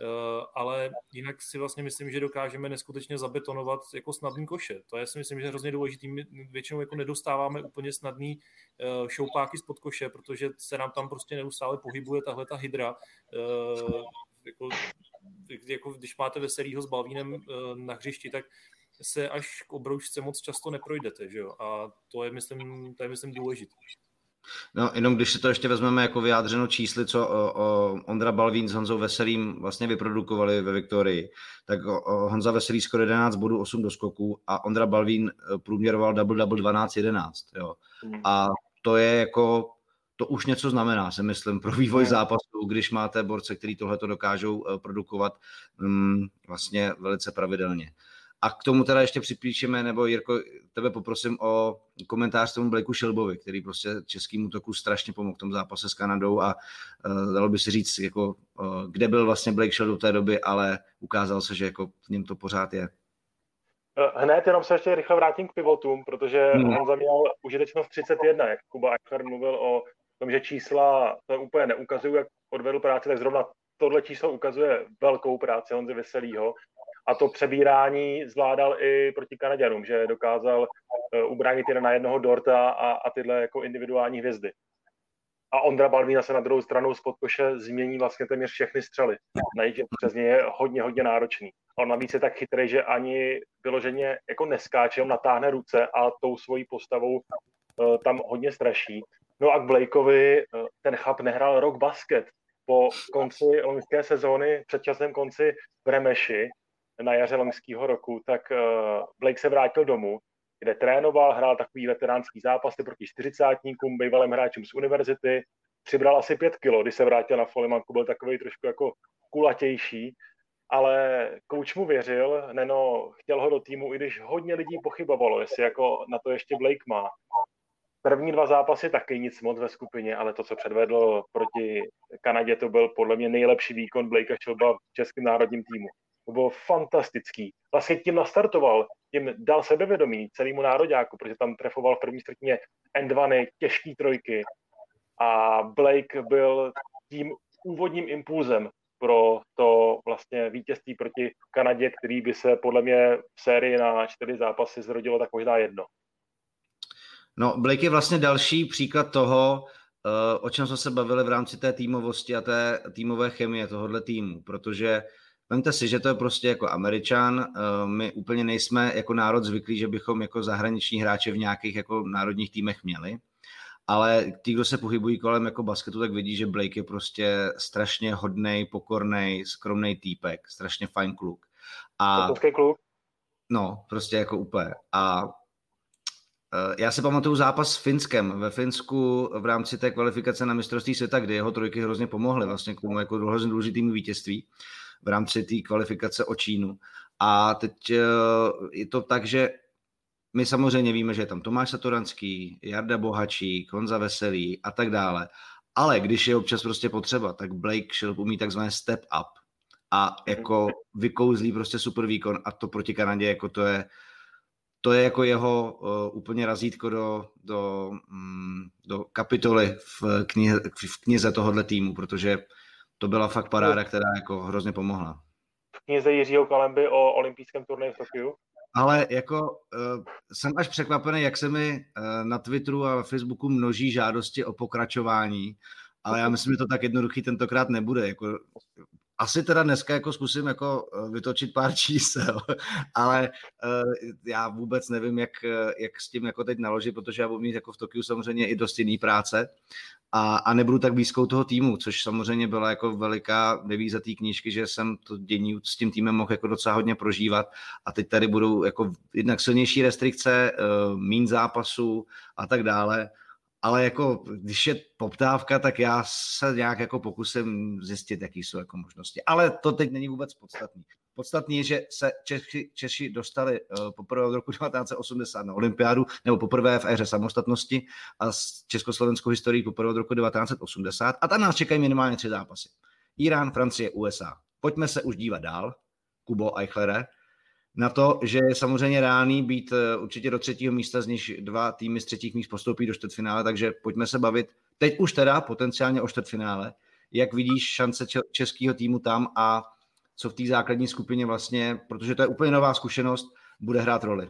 ale jinak si vlastně myslím, že dokážeme neskutečně zabetonovat jako snadný koše. To je si myslím, že hrozně důležitý. My většinou jako nedostáváme úplně snadný uh, šoupáky spod koše, protože se nám tam prostě neustále pohybuje tahle ta hydra. Uh, jako, jako když máte Veselýho s Balvínem uh, na hřišti, tak se až k obroučce moc často neprojdete, že jo? A to je, myslím, to je, myslím, důležité. No, jenom když si to ještě vezmeme jako vyjádřeno čísly, co o, o Ondra Balvín s Honzou Veselým vlastně vyprodukovali ve Viktorii, tak o, o Honza Veselý skoro jedenáct bodů, osm doskoků a Ondra Balvín průměroval double-double dvanáct jedenáct, jo. Hmm. A to je jako, to už něco znamená, si myslím, pro vývoj hmm. zápasu, když máte borce, který tohleto dokážou produkovat um, vlastně velice pravidelně. A k tomu teda ještě připíšeme, nebo Jirko, tebe poprosím o komentář tomu Blakeu Shelbovi, který prostě českým útoku strašně pomohl v tom zápase s Kanadou a uh, dalo by si říct, jako, uh, kde byl vlastně Blake Shelb do té doby, ale ukázal se, že jako v něm to pořád je. Hned jenom se ještě rychle vrátím k pivotům, protože Hmm. Honza měl užitečnost třicet jedna, jak Kuba Eichler mluvil o tom, že čísla to úplně neukazují, jak odvedl práci, tak zrovna tohle číslo ukazuje velkou práci Honzy Veselýho. A to přebírání zvládal i proti Kanaďanům, že dokázal uh, ubránit jeden na jednoho Dorta a, a tyhle jako individuální hvězdy. A Ondra Balvína se na druhou stranu z podkoše změní vlastně téměř všechny střely. Najít přes něj je hodně, hodně náročný. A on navíc je tak chytrý, že ani vyloženě jako neskáče, on natáhne ruce a tou svojí postavou uh, tam hodně straší. No a k Blakeovi uh, ten chlap nehrál rok basket. Po konci loňské sezóny, předčasném konci v Remeši, na jaře loňského roku, tak uh, Blake se vrátil domů, kde trénoval, hrál takový veteránský zápasy proti čtyřicátníkům, bývalým hráčům z univerzity, přibral asi pět kilo, když se vrátil na Folimanku, byl takový trošku jako kulatější, ale kouč mu věřil, Neno chtěl ho do týmu, i když hodně lidí pochybovalo, jestli jako na to ještě Blake má. První dva zápasy taky nic moc ve skupině, ale to, co předvedl proti Kanadě, to byl podle mě nejlepší výkon Blakea Shelba v českém národním týmu. To bylo fantastický. Vlastně tím nastartoval, tím dal sebevědomí celému nároďáku, protože tam trefoval v první čtvrtině endvany, těžký trojky a Blake byl tím úvodním impulzem pro to vlastně vítězství proti Kanadě, který by se podle mě v sérii na čtyři zápasy zrodilo tak možná jedno. No, Blake je vlastně další příklad toho, o čem jsme se bavili v rámci té týmovosti a té týmové chemie tohohle týmu, protože vemte si, že to je prostě jako Američan, my úplně nejsme jako národ zvyklí, že bychom jako zahraniční hráče v nějakých jako národních týmech měli, ale ti, kdo se pohybují kolem jako basketu, tak vidí, že Blake je prostě strašně hodnej, pokornej, skromnej týpek, strašně fajn kluk. A kluk? No, prostě jako úplně. A já si pamatuju zápas s Finskem ve Finsku v rámci té kvalifikace na mistrovství světa, kdy jeho trojky hrozně pomohly vlastně k tomu jako hrozně důležitým vítězství v rámci té kvalifikace o Čínu. A teď je to tak, že my samozřejmě víme, že je tam Tomáš Satoranský, Jarda Bohačík, Honza Veselý a tak dále. Ale když je občas prostě potřeba, tak Blake Shelb umí takzvané step up a jako vykouzlí prostě super výkon a to proti Kanadě jako to je To je jako jeho uh, úplně razítko do, do, um, do kapitoly v knize, v knize tohohle týmu, protože to byla fakt paráda, která jako hrozně pomohla. V knize Jiřího Kalemby o olympijském turnaji v Tokiu? Ale jako uh, jsem až překvapený, jak se mi uh, na Twitteru a Facebooku množí žádosti o pokračování, ale já myslím, že to tak jednoduchý tentokrát nebude. Jako, asi teda dneska jako zkusím jako vytočit pár čísel, ale uh, já vůbec nevím, jak, jak s tím jako teď naložit, protože já budu mít jako v Tokiu samozřejmě i dost jiný práce a, a nebudu tak blízkou toho týmu, což samozřejmě byla jako veliká devíza té knížky, že jsem to dění s tím týmem mohl jako docela hodně prožívat a teď tady budou jako jednak silnější restrikce, uh, míň zápasů a tak dále. Ale jako, když je poptávka, tak já se nějak jako pokusím zjistit, jaký jsou jako možnosti. Ale to teď není vůbec podstatný. Podstatný je, že se Češi, Češi dostali uh, poprvé od roku devatenáct set osmdesát na olympiádu, nebo poprvé v éře samostatnosti a s československou historií poprvé od roku devatenáct set osmdesát a tam nás čekají minimálně tři zápasy. Irán, Francie, U S A. Pojďme se už dívat dál, Kubo Eichlere, na to, že je samozřejmě reálný být určitě do třetího místa, z nich dva týmy z třetích míst postoupí do čtvrtfinále, takže pojďme se bavit teď už teda potenciálně o čtvrtfinále. Jak vidíš šance českého týmu tam a co v té základní skupině vlastně, protože to je úplně nová zkušenost, bude hrát roli?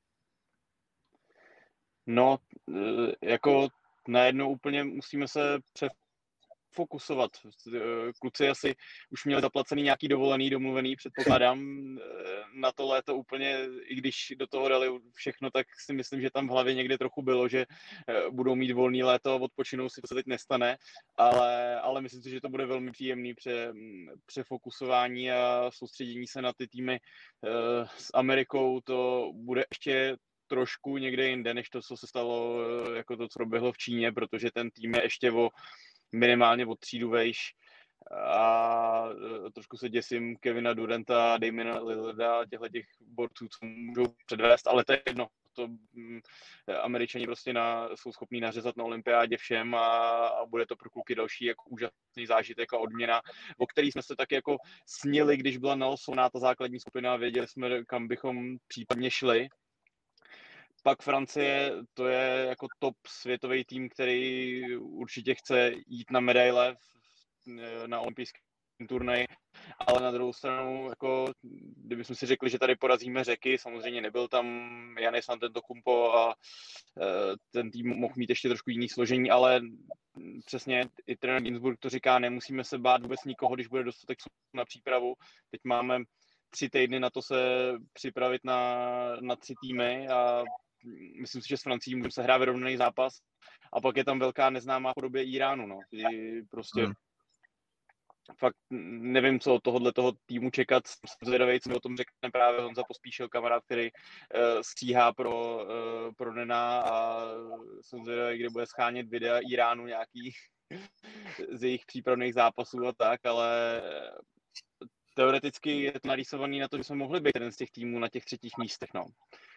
No, jako najednou úplně musíme se pře fokusovat. Kluci asi už měli zaplacený nějaký dovolený, domluvený, předpokládám na to léto úplně, i když do toho dali všechno, tak si myslím, že tam v hlavě někde trochu bylo, že budou mít volný léto a odpočinou si to se teď nestane, ale, ale myslím si, že to bude velmi příjemný pře, přefokusování a soustředění se na ty týmy s Amerikou, to bude ještě trošku někde jinde, než to, co se stalo, jako to, co proběhlo v Číně, protože ten tým je ještě o minimálně od třídu vejš a trošku se děsím Kevina Duranta, Damiana Lillarda a těchto těch borců, co můžou předvést, ale to je jedno. to mm, Američani prostě na, jsou schopní nařezat na olympiádě všem a, a bude to pro kluky další jako úžasný zážitek a odměna, o který jsme se taky jako snili, když byla nalosovaná ta základní skupina a věděli jsme, kam bychom případně šli. Pak Francie, to je jako top světový tým, který určitě chce jít na medaile na olympijském turnaji, ale na druhou stranu, jako, kdybychom si řekli, že tady porazíme Řeky, samozřejmě nebyl tam Giannis Antetokounmpo a ten tým mohl mít ještě trošku jiný složení, ale přesně i trenér Ginsburg to říká, nemusíme se bát vůbec nikoho, když bude dostatek na přípravu. Teď máme tři týdny na to se připravit na, na tři týmy a myslím si, že s Francií můžeme se hrát vyrovnaný zápas a pak je tam velká neznámá podobě Iránu. No. Prostě hmm. fakt nevím, co od tohohle toho týmu čekat. Jsem zvědavý, co mi o tom řekne právě Honza Pospíšil, kamarád, který uh, stříhá pro, uh, pro Nena a jsem zvědavý, kde bude schánět videa Iránu nějaký z jejich přípravných zápasů a tak, ale teoreticky je to narýsovaný na to, že jsme mohli být jeden z těch týmů na těch třetích místech. No.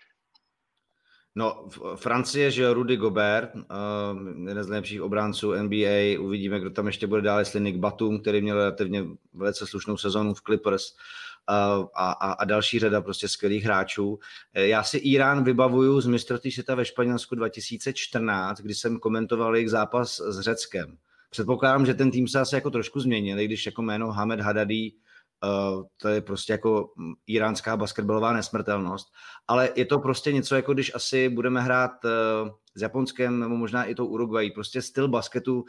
No, Francie, že Rudy Gobert, uh, jeden z nejlepších obránců N B A, uvidíme, kdo tam ještě bude dál, jestli Nick Batum, který měl relativně velice slušnou sezonu v Clippers uh, a, a, a další řada prostě skvělých hráčů. Já si Irán vybavuju z mistrovství světa ve Španělsku dva tisíce čtrnáct, kdy jsem komentoval jejich zápas s Řeckem. Předpokládám, že ten tým se asi jako trošku změnil, když jako jméno Hamed Haddadi, Uh, to je prostě jako iránská basketbalová nesmrtelnost, ale je to prostě něco, jako když asi budeme hrát uh, s Japonskem nebo možná i tou Uruguay, prostě styl basketu uh,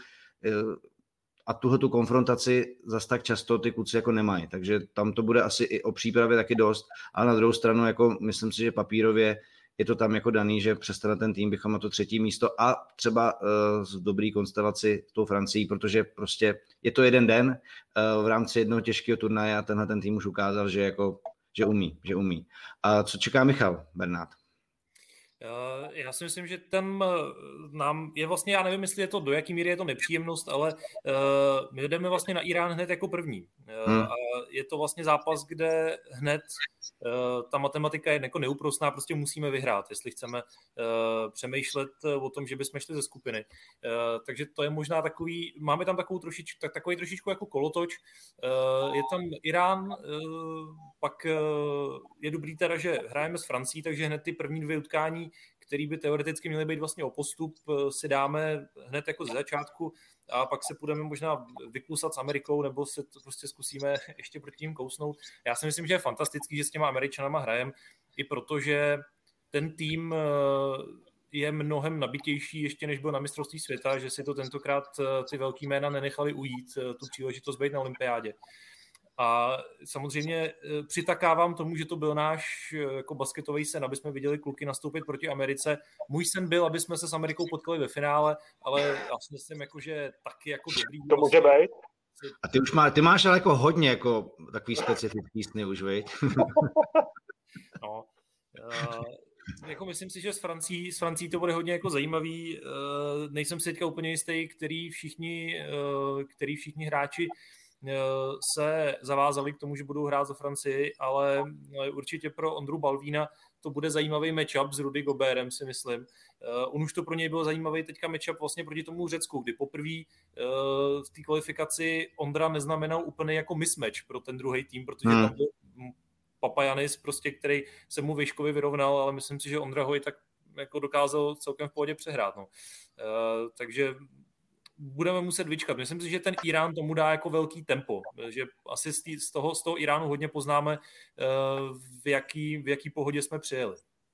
a tuhle tu konfrontaci zas tak často ty kluci jako nemají, takže tam to bude asi i o přípravě taky dost, ale na druhou stranu jako myslím si, že papírově je to tam jako daný, že přestane ten tým, bychom na to třetí místo a třeba uh, v dobrý konstelaci s tou Francií, protože prostě je to jeden den uh, v rámci jednoho těžkého turnaje a tenhle ten tým už ukázal, že jako, že umí, že umí. A co čeká Michal Bernát? Já si myslím, že ten nám je vlastně, já nevím, jestli je to do jaký míry je to nepříjemnost, ale uh, my jdeme vlastně na Irán hned jako první. Uh, hmm. A je to vlastně zápas, kde hned uh, ta matematika je jako neúprosná, prostě musíme vyhrát, jestli chceme uh, přemýšlet o tom, že bychom šli ze skupiny. Uh, takže to je možná takový, máme tam takovou trošičku, tak, takový trošičku jako kolotoč. Uh, je tam Irán, uh, pak uh, je dobrý teda, že hrajeme s Francií, takže hned ty první dvě utkání, který by teoreticky měly být vlastně o postup, si dáme hned jako ze začátku a pak se půjdeme možná vyklusat s Amerikou nebo se to prostě zkusíme ještě proti ním kousnout. Já si myslím, že je fantastický, že s těma Američanama hrajem, i protože ten tým je mnohem nabitější ještě než byl na mistrovství světa, že si to tentokrát ty velký jména nenechali ujít, tu příležitost být na olympiádě. A samozřejmě přitakávám tomu, že to byl náš jako basketový sen, aby jsme viděli kluky nastoupit proti Americe. Můj sen byl, aby jsme se s Amerikou potkali ve finále, ale já si myslím, jako, že taky jako dobrý. To může být. A ty už má, ty máš ale jako hodně jako takový specifický sny už, viď? No, uh, jako myslím si, že s Francií, s Francií to bude hodně jako zajímavý. Uh, nejsem si teďka úplně jistý, který všichni, uh, který všichni hráči se zavázali k tomu, že budou hrát za Francii, ale určitě pro Ondru Balvína to bude zajímavý matchup s Rudy Gobertem, si myslím. On už to pro něj byl zajímavý teďka matchup vlastně proti tomu Řecku, kdy poprvé v té kvalifikaci Ondra neznamenal úplně jako mismatch pro ten druhý tým, protože hmm. tam byl Papajanis, prostě, který se mu Vyškovi vyrovnal, ale myslím si, že Ondra ho i tak jako dokázal celkem v pohodě přehrát. No. Takže budeme muset vyčkat. Myslím si, že ten Irán tomu dá jako velký tempo, že asi z, tý, z, toho, z toho Iránu hodně poznáme, v jaký, v jaký pohodě jsme přijeli.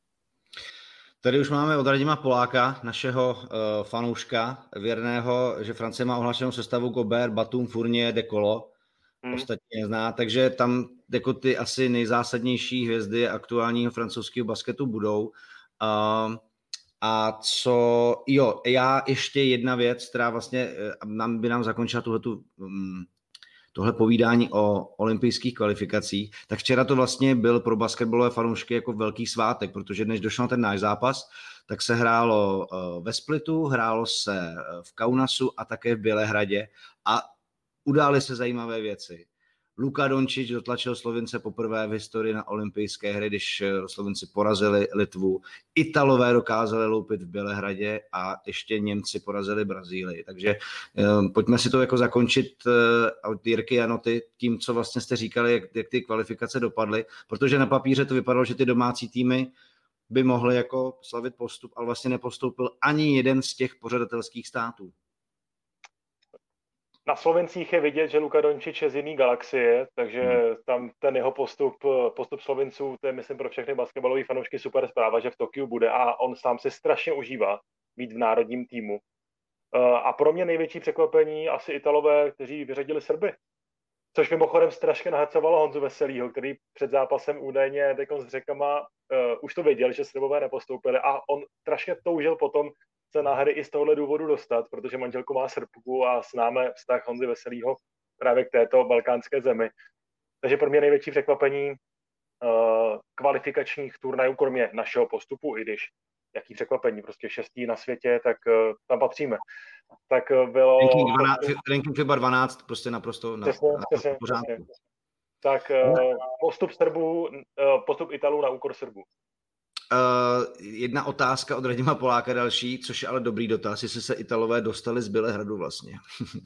Tady už máme od Radima Poláka, našeho uh, fanouška, věrného, že Francie má ohlášenou sestavu Gobert, Batum, Fournier, De Colo. Hmm. Ostatně nezná, takže tam jako ty asi nejzásadnější hvězdy aktuálního francouzského basketu budou. Uh, A co, jo, já ještě jedna věc, která vlastně nám, by nám zakončila tuhletu, tohle povídání o olympijských kvalifikacích, tak včera to vlastně byl pro basketbalové fanoušky jako velký svátek, protože než došel ten náš zápas, tak se hrálo ve Splitu, hrálo se v Kaunasu a také v Bělehradě a udály se zajímavé věci. Luka Dončić dotlačil Slovince poprvé v historii na olympijské hry, když Slovinci porazili Litvu. Italové dokázali loupit v Bělehradě a ještě Němci porazili Brazílii. Takže um, pojďme si to jako zakončit uh, od Jirky Janoty tím, co vlastně jste říkali, jak, jak ty kvalifikace dopadly, protože na papíře to vypadalo, že ty domácí týmy by mohly jako slavit postup, ale vlastně nepostoupil ani jeden z těch pořadatelských států. Na Slovencích je vidět, že Luka Dončić je z jiný galaxie, takže hmm. tam ten jeho postup, postup Slovinců, to je myslím pro všechny basketbalové fanoušky super zpráva, že v Tokiu bude a on sám si strašně užívá být v národním týmu. A pro mě největší překvapení asi Italové, kteří vyřadili Srby. Což mimochodem strašně nahacovalo Honzu Veselýho, který před zápasem údajně s Řekama uh, už to věděl, že Srbové nepostoupili a on strašně toužil potom se na hry i z tohohle důvodu dostat, protože manželku má Srbku a známe vztah Honzy Veselýho právě k této balkánské zemi. Takže pro mě největší překvapení uh, kvalifikačních turnajů, kromě našeho postupu, i když jaký překvapení, prostě šestý na světě, tak uh, tam patříme. Tak uh, bylo... Ranking, dvanáct, ranking FIBA dvanáct, prostě naprosto na, přesně, na, přesně, na pořádku. Přesně. Tak uh, postup Srbů, uh, postup Italů na úkor Srbů. Uh, jedna otázka od Radima Poláka další, což je ale dobrý dotaz, jestli se Italové dostali z Bělehradu vlastně.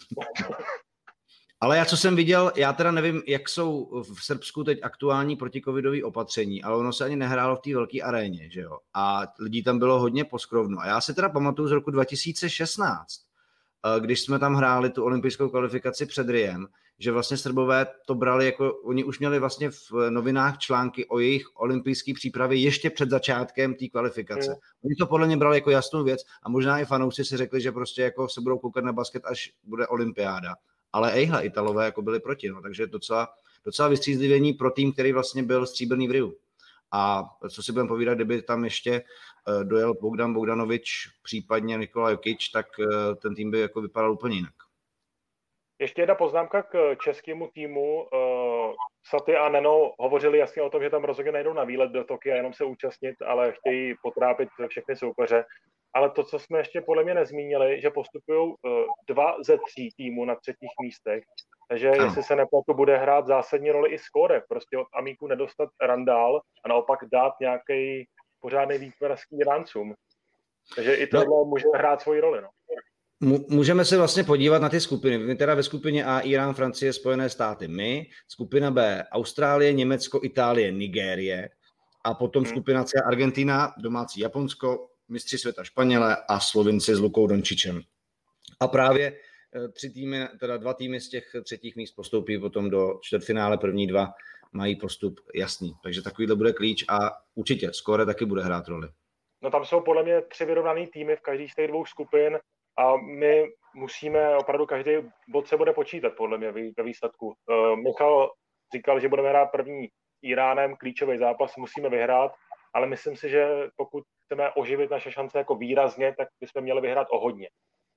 Ale já, co jsem viděl, já teda nevím, jak jsou v Srbsku teď aktuální protikovidové opatření, ale ono se ani nehrálo v té velké aréně, že jo? A lidí tam bylo hodně poskrovno. A já si teda pamatuju z roku dva tisíce šestnáct, když jsme tam hráli tu olympijskou kvalifikaci před Riem, že vlastně Srbové to brali jako, oni už měli vlastně v novinách články o jejich olympijské přípravě ještě před začátkem té kvalifikace. Mm. Oni to podle mě brali jako jasnou věc a možná i fanoušci si řekli, že prostě jako se budou koukat na basket, až bude olympiáda. Ale ejhle, Italové jako byli proti, no, takže docela, docela vystřízlivění pro tým, který vlastně byl stříbrný v Riu. A co si budeme povídat, kdyby tam ještě uh, dojel Bogdan Bogdanovič, případně Nikola Jokic, tak uh, ten tým by jako vypadal úplně jinak. Ještě jedna poznámka k českému týmu. Uh, Saty a Neno hovořili jasně o tom, že tam rozhodně nejdou na výlet do Tokia, jenom se účastnit, ale chtějí potrápit všechny soupeře. Ale to, co jsme ještě podle mě nezmínili, že postupují uh, dva ze tří týmů na třetích místech. Takže ano. Jestli se nepletu, bude hrát zásadní roli i skóre. Prostě od Amíku nedostat randál a naopak dát nějaký pořádný výtvarský ráncům. Takže i tohle no. může hrát svoji roli. No. Můžeme se vlastně podívat na ty skupiny. My teda ve skupině A Irán, Francie, Spojené státy, my, skupina B Austrálie, Německo, Itálie, Nigérie a potom hmm. skupina C Argentina, domácí Japonsko, mistři světa Španělé a Slovinci s Lukou Dončičem. A právě tři týmy, teda dva týmy z těch třetích míst postoupí potom do čtvrtfinále, první dva mají postup jasný. Takže takovýhle bude klíč a určitě skóre taky bude hrát roli. No tam jsou podle mě tři vyrovnaný týmy v každý z těch dvou skupin a my musíme opravdu, každý bod se bude počítat podle mě ve výsledku. Uh, Michal říkal, že budeme hrát první Iránem, klíčový zápas musíme vyhrát, ale myslím si, že pokud chceme oživit naše šance jako výrazně, tak bychom měli vyhrát o hodně.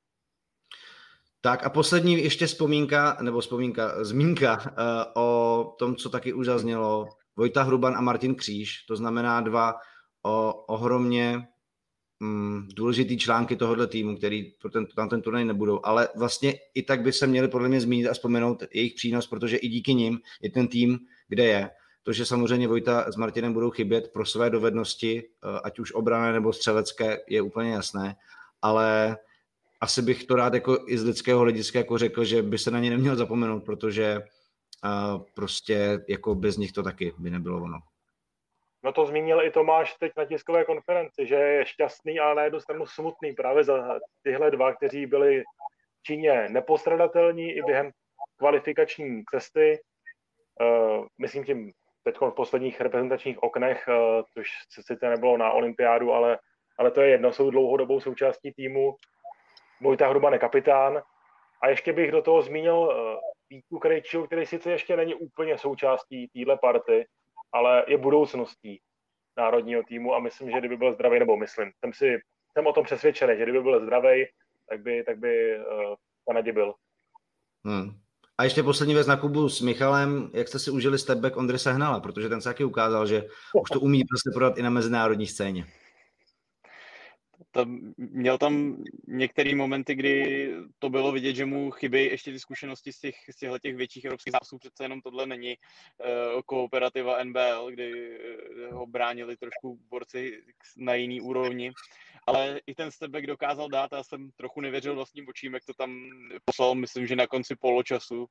Tak a poslední ještě vzpomínka, nebo vzpomínka, zmínka uh, o tom, co taky už zaznělo. Vojta Hruban a Martin Kříž, to znamená dva o, ohromně um, důležitý články tohohle týmu, který pro ten, tam ten turnaj nebudou, ale vlastně i tak by se měli podle mě zmínit a vzpomenout jejich přínos, protože i díky nim je ten tým, kde je. To, že samozřejmě Vojta s Martinem budou chybět pro své dovednosti, uh, ať už obranné nebo střelecké, je úplně jasné, ale asi bych to rád jako i z lidského hlediska jako řekl, že by se na ně neměl zapomenout, protože uh, prostě jako bez nich to taky by nebylo ono. No to zmínil i Tomáš teď na tiskové konferenci, že je šťastný, ale na jednu stranu smutný právě za tyhle dva, kteří byli v Číně nepostradatelní i během kvalifikační cesty. Uh, myslím tím teď v posledních reprezentačních oknech, uh, což sice nebylo na olympiádu, ale, ale to je jedno, jsou dlouhodobou součástí týmu. Vojta Hruban je kapitán. A ještě bych do toho zmínil uh, Vítu Krejčího, který sice ještě není úplně součástí téhle party, ale je budoucností národního týmu a myslím, že kdyby byl zdravý, nebo myslím, jsem, si, jsem o tom přesvědčený, že kdyby byl zdravý, tak by, tak by uh, v Kanadě byl. Hmm. A ještě poslední věc na Kubu s Michalem, jak jste si užili stepback Ondry Sehnala, protože ten se taky ukázal, že už to umí prostě prodat i na mezinárodní scéně. tam, měl tam některé momenty, kdy to bylo vidět, že mu chybí ještě ty zkušenosti z těch, z těchto těch větších evropských zápasů. Přece jenom tohle není uh, kooperativa N B L, kdy ho bránili trošku borci na jiný úrovni. Ale i ten step back dokázal dát, já jsem trochu nevěřil vlastním očím, jak to tam poslal, myslím, že na konci poločasu.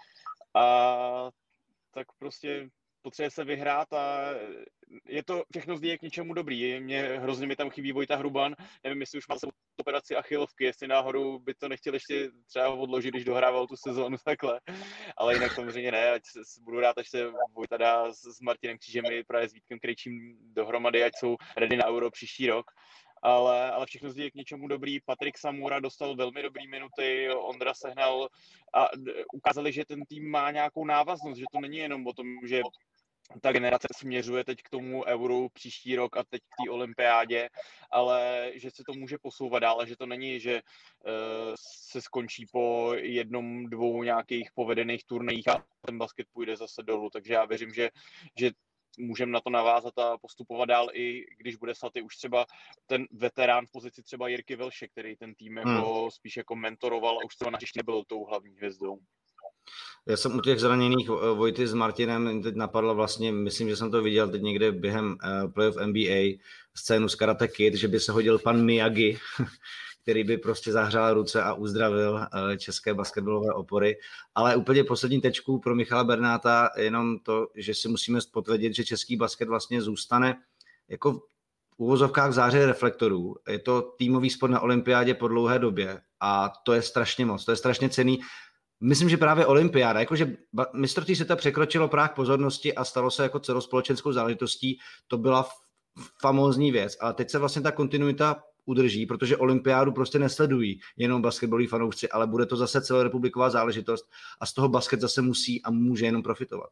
A tak prostě potřebuje se vyhrát a je to všechno zde k něčemu dobrý. Mě hrozně mi tam chybí Vojta Hruban, nevím, jestli už má sebou operaci achilovky, jestli náhodou by to nechtěl ještě třeba odložit, když dohrával tu sezónu takhle. Ale jinak samozřejmě ne, ať se, budu rád, až se Vojta dá s, s Martinem Křížem i právě s Vítkem Krejčím dohromady, ať jsou ready na Euro příští rok. Ale, ale všechno zde je k něčemu dobrý. Patrik Samura dostal velmi dobrý minuty, Ondra Sehnal a ukázali, že ten tým má nějakou návaznost, že to není jenom o tom, že ta generace směřuje teď k tomu Euru příští rok a teď k té olympiádě, ale že se to může posouvat dál, že to není, že uh, se skončí po jednom, dvou nějakých povedených turnajích a ten basket půjde zase dolů. Takže já věřím, že, že můžeme na to navázat a postupovat dál, i když bude Saty už třeba ten veterán v pozici třeba Jirky Velše, který ten tým jako hmm. spíš jako mentoroval a už třeba na hřišti nebyl tou hlavní hvězdou. Já jsem u těch zraněných Vojty s Martinem teď napadla vlastně, myslím, že jsem to viděl teď někde během playoff N B A, scénu z Karate Kid, že by se hodil pan Miyagi, který by prostě zahřál ruce a uzdravil české basketbalové opory. Ale úplně poslední tečku pro Michala Bernáta, jenom to, že si musíme potvrdit, že český basket vlastně zůstane jako v uvozovkách záře reflektorů. Je to týmový sport na olympiádě po dlouhé době a to je strašně moc, to je strašně cenný. Myslím, že právě olympiáda, jakože mistrovství světa překročilo práh pozornosti a stalo se jako celospolečenskou záležitostí, to byla famózní věc. Ale teď se vlastně ta kontinuita udrží, protože olympiádu prostě nesledují jenom basketbaloví fanoušci, ale bude to zase celorepubliková záležitost a z toho basket zase musí a může jenom profitovat.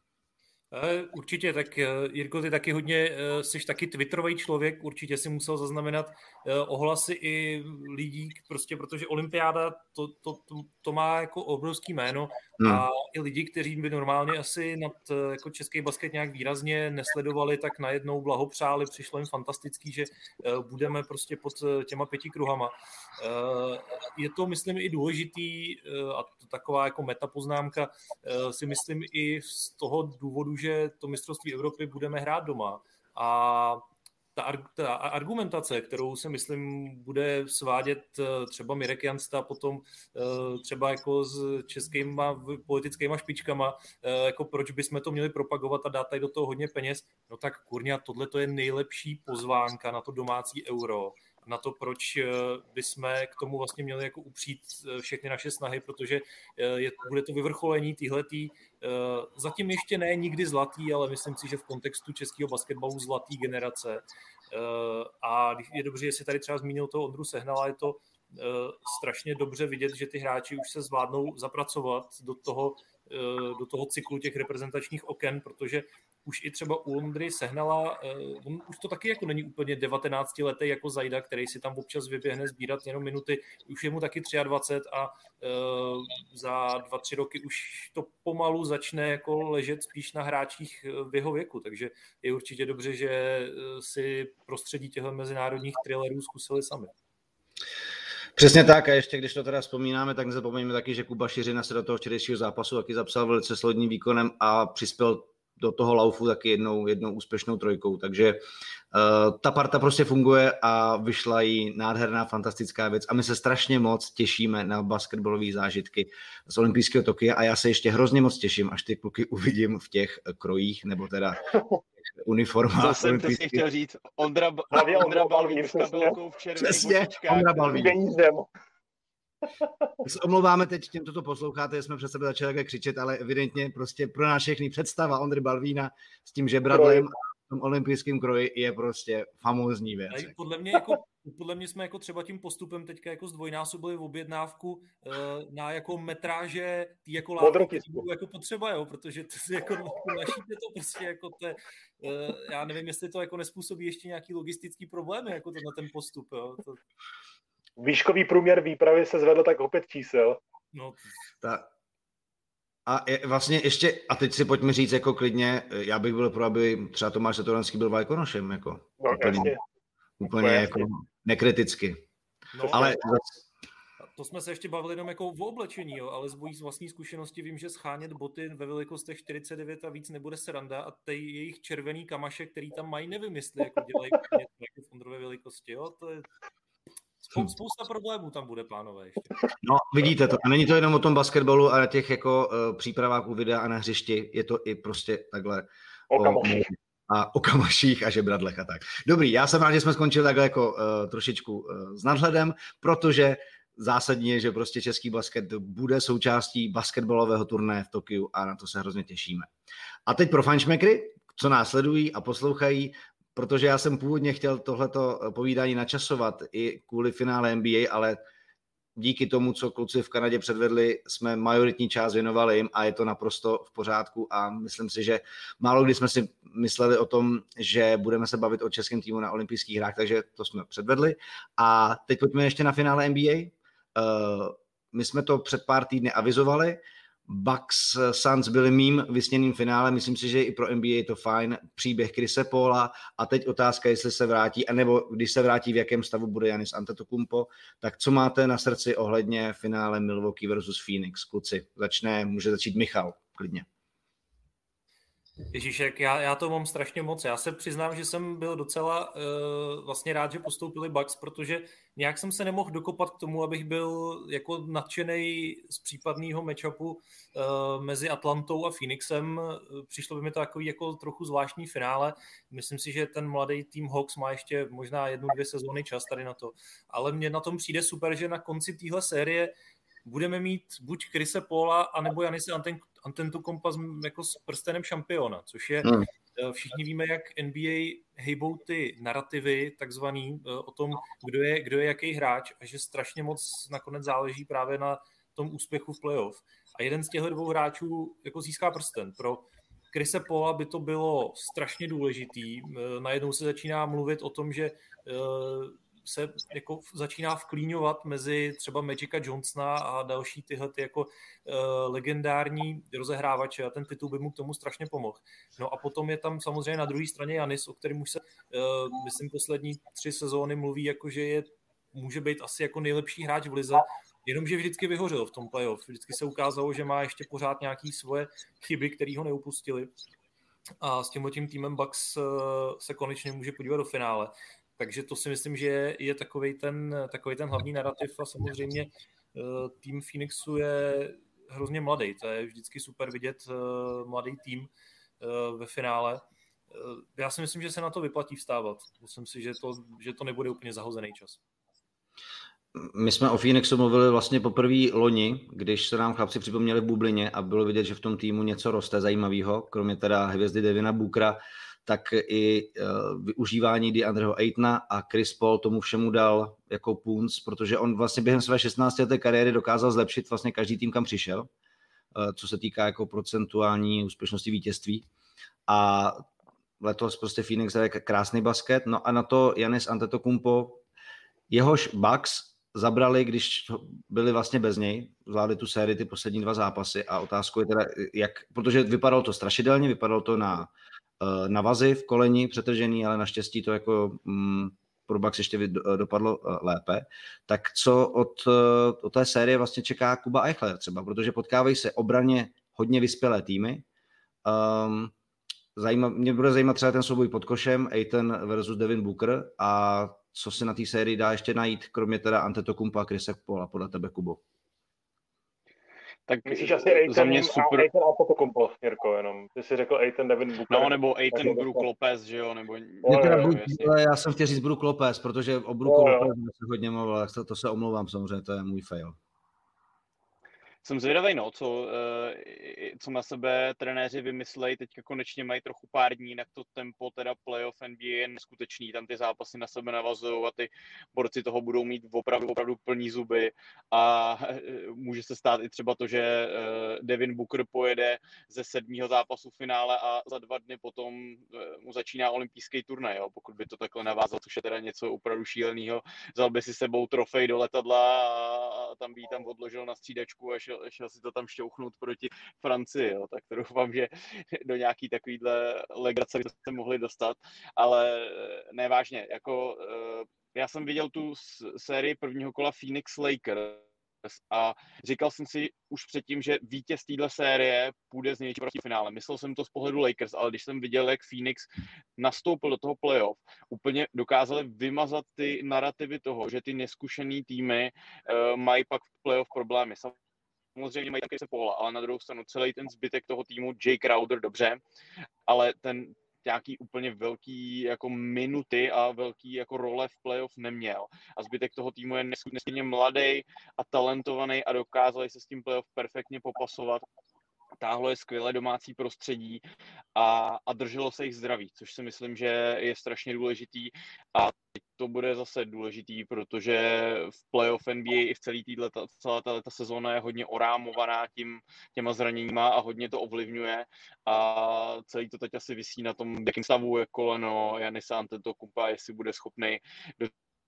Určitě, tak Jirko, ty taky hodně jsi taky twitterový člověk, určitě si musel zaznamenat ohlasy i lidí, prostě protože olympiáda to, to, to, to má jako obrovský jméno a hmm. i lidi, kteří by normálně asi nad jako český basket nějak výrazně nesledovali, tak najednou blahopřáli, přišlo jim fantastický, že budeme prostě pod těma pěti kruhama. Je to, myslím, i důležitý a to taková jako metapoznámka si myslím i z toho důvodu, že to mistrovství Evropy budeme hrát doma a ta, ta argumentace, kterou si myslím bude svádět třeba Mirek Jansta, potom třeba jako s českýma politickýma špičkama, jako proč bychom to měli propagovat a dát tady do toho hodně peněz, no tak kurňa, tohle to je nejlepší pozvánka na to domácí Euro, na to, proč bychom k tomu vlastně měli jako upřít všechny naše snahy, protože je, bude to vyvrcholení týhletý, zatím ještě ne nikdy zlatý, ale myslím si, že v kontextu českého basketbalu zlatý generace. A je dobře, jestli tady třeba zmínil toho Ondru Sehnala, je to strašně dobře vidět, že ty hráči už se zvládnou zapracovat do toho, do toho cyklu těch reprezentačních oken, protože už i třeba u Ondry Sehnala, on už to taky jako není úplně devatenáctiletý jako Zajda, který si tam občas vyběhne sbírat jenom minuty, už je mu taky dvacet tři a uh, za dva, tři roky už to pomalu začne jako ležet spíš na hráčích v jeho věku, takže je určitě dobře, že si prostředí těchto mezinárodních thrillerů zkusili sami. Přesně tak a ještě když to teda vzpomínáme, tak nezapomeňme taky, že Kuba Šiřina se do toho včerejšího zápasu taky zapsal velice solidním výkonem a přispěl do toho laufu taky jednou, jednou úspěšnou trojkou, takže uh, ta parta prostě funguje a vyšla jí nádherná, fantastická věc a my se strašně moc těšíme na basketbalové zážitky z olympijského Tokia a já se ještě hrozně moc těším, až ty kluky uvidím v těch krojích, nebo teda uniformách. To jsem přesně chtěl říct, Ondra, Ondra, Ondra Balvín s kabelkou v červených bočičkách. Ondra Balvín. My se omlouváme teď těm, co to posloucháte, jsme před sebe začali také křičet, ale evidentně prostě pro nás všechny představa Ondry Balvína s tím žebradlem v tom olympijském kroji je prostě famózní věc. Podle mě, jako, podle mě jsme jako třeba tím postupem teďka jako zdvojnásobili v objednávku na jako metráže tý jako látky, jako potřeba, jo, protože to si jako našíte to prostě jako te, já nevím, jestli to jako nespůsobí ještě nějaký logistický problémy, jako to na ten postup, jo. To... Výškový průměr výpravy se zvedl tak opět čísel. No. Ta, a je, vlastně ještě, a teď si pojďme říct jako klidně, já bych byl pro, aby třeba Tomáš Satoranský byl Vajkonošem, jako. No, úplně, jasně. úplně no, jako, nekriticky. No, ale... To jsme se ještě bavili jenom jako o oblečení, jo, ale z mojí vlastní zkušenosti vím, že schánět boty ve velikostech čtyřicet devět a víc nebude sranda a ty jejich červený kamaše, který tam mají, nevím, jestli jako dělají jako v Ondrově velikosti, jo, to je spou- spousta problémů tam bude, pánové, ještě. No, vidíte to, a není to jenom o tom basketbalu a na těch jako uh, přípravách u videa a na hřišti, je to i prostě takhle o, o, a o kamaších a žebradlech a tak. Dobrý, já jsem rád, že jsme skončili takhle jako uh, trošičku uh, s nadhledem, protože zásadní je, že prostě český basket bude součástí basketbalového turnaje v Tokiu a na to se hrozně těšíme. A teď pro fanšmekry, co nás sledují a poslouchají, protože já jsem původně chtěl tohleto povídání načasovat i kvůli finále N B A, ale díky tomu, co kluci v Kanadě předvedli, jsme majoritní část věnovali jim a je to naprosto v pořádku a myslím si, že málo kdy jsme si mysleli o tom, že budeme se bavit o českém týmu na olympijských hrách, takže to jsme předvedli. A teď pojďme ještě na finále N B A. Uh, my jsme to před pár týdny avizovali, Bucks Suns byli mým vysněným finále, myslím si, že i pro N B A je to fajn, příběh Chrise Paula a teď otázka, jestli se vrátí, anebo když se vrátí, v jakém stavu bude Giannis Antetokounmpo, tak co máte na srdci ohledně finále Milwaukee versus Phoenix, kluci? Začne, může začít Michal, klidně. Ježíšek, já, já to mám strašně moc. Já se přiznám, že jsem byl docela uh, vlastně rád, že postoupili Bucks, protože nějak jsem se nemohl dokopat k tomu, abych byl jako nadšenej z případného matchupu uh, mezi Atlantou a Phoenixem. Přišlo by mi to takový jako trochu zvláštní finále. Myslím si, že ten mladý tým Hawks má ještě možná jednu, dvě sezóny čas tady na to. Ale mně na tom přijde super, že na konci téhle série budeme mít buď Chrise Paula, anebo Giannise Antetokounmpa jako s prstenem šampiona, což je, hmm. všichni víme, jak N B A hejbou ty narrativy takzvaný o tom, kdo je, kdo je jaký hráč a že strašně moc nakonec záleží právě na tom úspěchu v playoff. A jeden z těchto dvou hráčů jako získá prsten. Pro Chrise Paula by to bylo strašně důležitý. Najednou se začíná mluvit o tom, že se jako začíná vklíňovat mezi třeba Magica Johnsona a další tyhle ty jako uh, legendární rozehrávače a ten titul by mu k tomu strašně pomohl. No a potom je tam samozřejmě na druhé straně Giannis, o kterém už se, uh, myslím, poslední tři sezóny mluví, jako že je, může být asi jako nejlepší hráč v lize, jenomže vždycky vyhořel v tom playoff. Vždycky se ukázalo, že má ještě pořád nějaké svoje chyby, které ho neupustily. A s tímhle tím týmem Bucks uh, se konečně může podívat do finále. Takže to si myslím, že je takovej ten, takovej ten hlavní narrativ a samozřejmě tým Phoenixu je hrozně mladý. To je vždycky super vidět mladý tým ve finále. Já si myslím, že se na to vyplatí vstávat. Myslím si, že to, že to nebude úplně zahozený čas. My jsme o Phoenixu mluvili vlastně poprvé loni, když se nám chlapci připomněli v bublině a bylo vidět, že v tom týmu něco roste zajímavého, kromě teda hvězdy Devina Bookera, tak i uh, využívání DeAndreho Aytona a Chris Paul tomu všemu dal jako punc, protože on vlastně během své šestnáctileté kariéry dokázal zlepšit vlastně každý tým, kam přišel, uh, co se týká jako procentuální úspěšnosti vítězství. A letos prostě Phoenix je krásný basket, no a na to Giannis Antetokounmpo, jehož Bucks zabrali, když byli vlastně bez něj, zvládli tu sérii ty poslední dva zápasy a otázkou je teda, jak, protože vypadalo to strašidelně, vypadalo to na na vazy v koleni přetržený, ale naštěstí to jako mm, pro Bucks ještě dopadlo lépe. Tak co od, od té série vlastně čeká Kuba Eichler třeba, protože potkávají se obraně hodně vyspělé týmy. Um, zajímá, mě bude zajímat třeba ten souboj pod košem, Ayton versus Devin Booker a co se na té sérii dá ještě najít, kromě teda Antetokounmpa a Chrise Paula, podle tebe, Kubo? Tak myslíš asi Ayton super... a Antetokounmpo, Jirko, jenom. Ty jsi řekl Ayton, Devin Booker. No, nebo Ayton, Brook Lopez, že jo, nebo... Jo, teda Brook, já jsem chtěl říct Brook Lopez, protože o Brooku Lopez se hodně mluvil, to, to se omlouvám samozřejmě, to je můj fail. Jsem zvědavej, no, co, co na sebe trenéři vymyslejí, teďka konečně mají trochu pár dní, jinak to tempo teda playoff N B A je neskutečný, tam ty zápasy na sebe navazují a ty borci toho budou mít opravdu, opravdu plný zuby a může se stát i třeba to, že Devin Booker pojede ze sedmého zápasu finále a za dva dny potom mu začíná olympijský turnaj, jo, pokud by to takhle navázal, což je teda něco opravdu šíleného, vzal by si sebou trofej do letadla a tam by ji tam odložil na střídačku a šel, šel si to tam šťouchnout proti Francii, jo, tak to doufám, že do nějaký takovýhle legrace by se mohli dostat, ale nevážně, jako já jsem viděl tu sérii prvního kola Phoenix Lakers a říkal jsem si už předtím, že vítěz téhle série půjde z největší finále. Myslel jsem to z pohledu Lakers, ale když jsem viděl, jak Phoenix nastoupil do toho playoff, úplně dokázali vymazat ty narrativy toho, že ty neskušený týmy uh, mají pak v playoff problémy. Samozřejmě mají také se Paula, ale na druhou stranu celý ten zbytek toho týmu, Jay Crowder, dobře, ale ten nějaký úplně velký jako minuty a velký jako role v playoff neměl. A zbytek toho týmu je nesmírně mladý a talentovaný a dokázali se s tím playoff perfektně popasovat. Táhlo je skvělé domácí prostředí a, a drželo se jich zdraví, což si myslím, že je strašně důležitý a to bude zase důležitý, protože v playoff N B A i v celé této celá tato sezóna je hodně orámovaná tím, těma zraněníma a hodně to ovlivňuje a celý to teď asi visí na tom, jakým stavu je koleno Janisa Antetokounmpa, jestli bude schopný do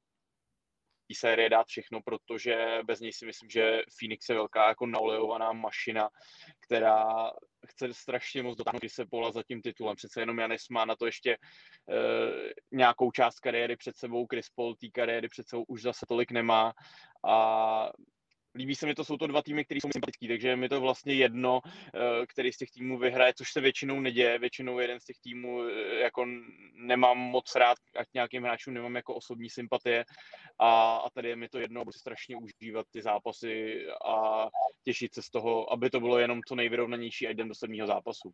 série dát všechno, protože bez něj si myslím, že Phoenix je velká jako naolejovaná mašina, která chce strašně moc dotáhnout se Paula za tím titulem. Přece jenom Giannis má na to ještě e, nějakou část kariéry před sebou, Chris Paul té kariéry před sebou už zase tolik nemá a líbí se mi to, jsou to dva týmy, které jsou sympatický, takže je mi to vlastně jedno, který z těch týmů vyhraje, což se většinou neděje. Většinou jeden z těch týmů jako nemám moc rád, ať nějakým hráčům nemám jako osobní sympatie a, a tady je mi to jedno, budu strašně užívat ty zápasy a těšit se z toho, aby to bylo jenom co nejvyrovnanější a jdem do sedmého zápasu.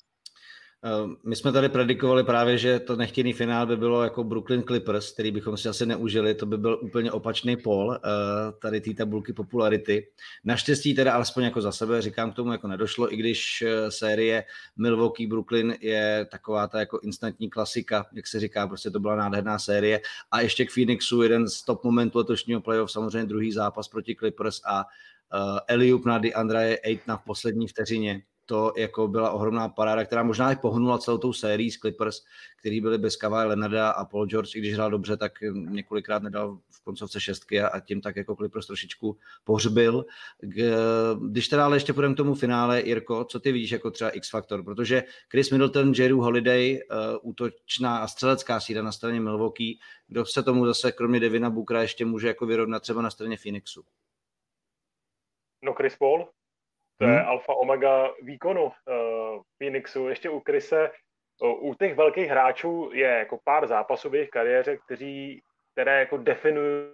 My jsme tady predikovali právě, že to nechtěný finál by bylo jako Brooklyn Clippers, který bychom si asi neužili, to by byl úplně opačný pól tady té tabulky popularity. Naštěstí teda alespoň jako za sebe, říkám, k tomu jako nedošlo, i když série Milwaukee Brooklyn je taková ta jako instantní klasika, jak se říká, prostě to byla nádherná série. A ještě k Phoenixu jeden z top momentů letošního playoff, samozřejmě druhý zápas proti Clippers a uh, Eliup na DeAndre Aytona v poslední vteřině. To jako byla ohromná paráda, která možná i pohnula celou tou sérií z Clippers, který byli bez Kawhi Leonarda a Paul George, i když hrál dobře, tak několikrát nedal v koncovce šestky a tím tak jako Clippers trošičku pohřbil. Když teda ale ještě půjdeme k tomu finále, Jirko, co ty vidíš jako třeba X-faktor? Protože Chris Middleton, Jrue Holiday, uh, útočná a střelecká sída na straně Milwaukee, kdo se tomu zase kromě Devina Bookera ještě může jako vyrovnat třeba na straně Phoenixu? No Chris Paul. To je hmm. alfa omega výkonu uh, Phoenixu. Ještě u Chrise, uh, u těch velkých hráčů je jako pár zápasů v jejich kariéře, kteří, které jako definují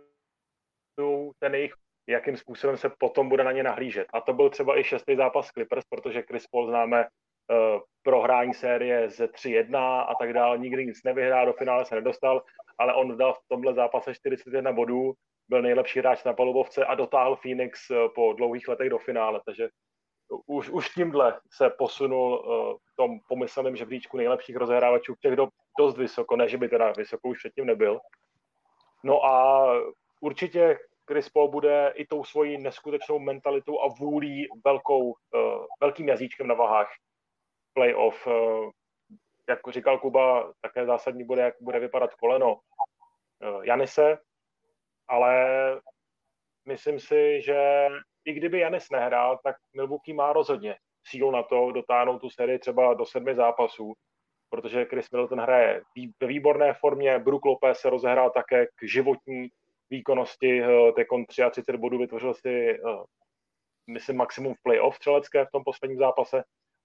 ten jejich, jakým způsobem se potom bude na ně nahlížet. A to byl třeba i šestý zápas Clippers, protože Chris Paul známe uh, prohrání série ze tři jedna a tak dále. Nikdy nic nevyhrál, do finále se nedostal, ale on dal v tomhle zápase čtyřicet jedna bodů, byl nejlepší hráč na palubovce a dotáhl Phoenix uh, po dlouhých letech do finále. Takže Už, už tímhle se posunul uh, v tom pomyslném žebříčku nejlepších rozehrávačů těch do, dost vysoko, ne, že by teda vysoko už předtím nebyl. No a určitě Chris Paul bude i tou svojí neskutečnou mentalitou a vůlí velkou, uh, velkým jazyčkem na vahách playoff. Uh, jak říkal Kuba, také zásadní bude, jak bude vypadat koleno uh, Janise, ale myslím si, že i kdyby Giannis nehrál, tak Milwaukee má rozhodně sílu na to dotáhnout tu sérii třeba do sedmi zápasů, protože Chris Middleton hraje ve výborné formě, Brook Lopez se rozehrál také k životní výkonnosti, tekon třicet tři bodů, vytvořil si, myslím, maximum v playoff střelecké v tom posledním zápase.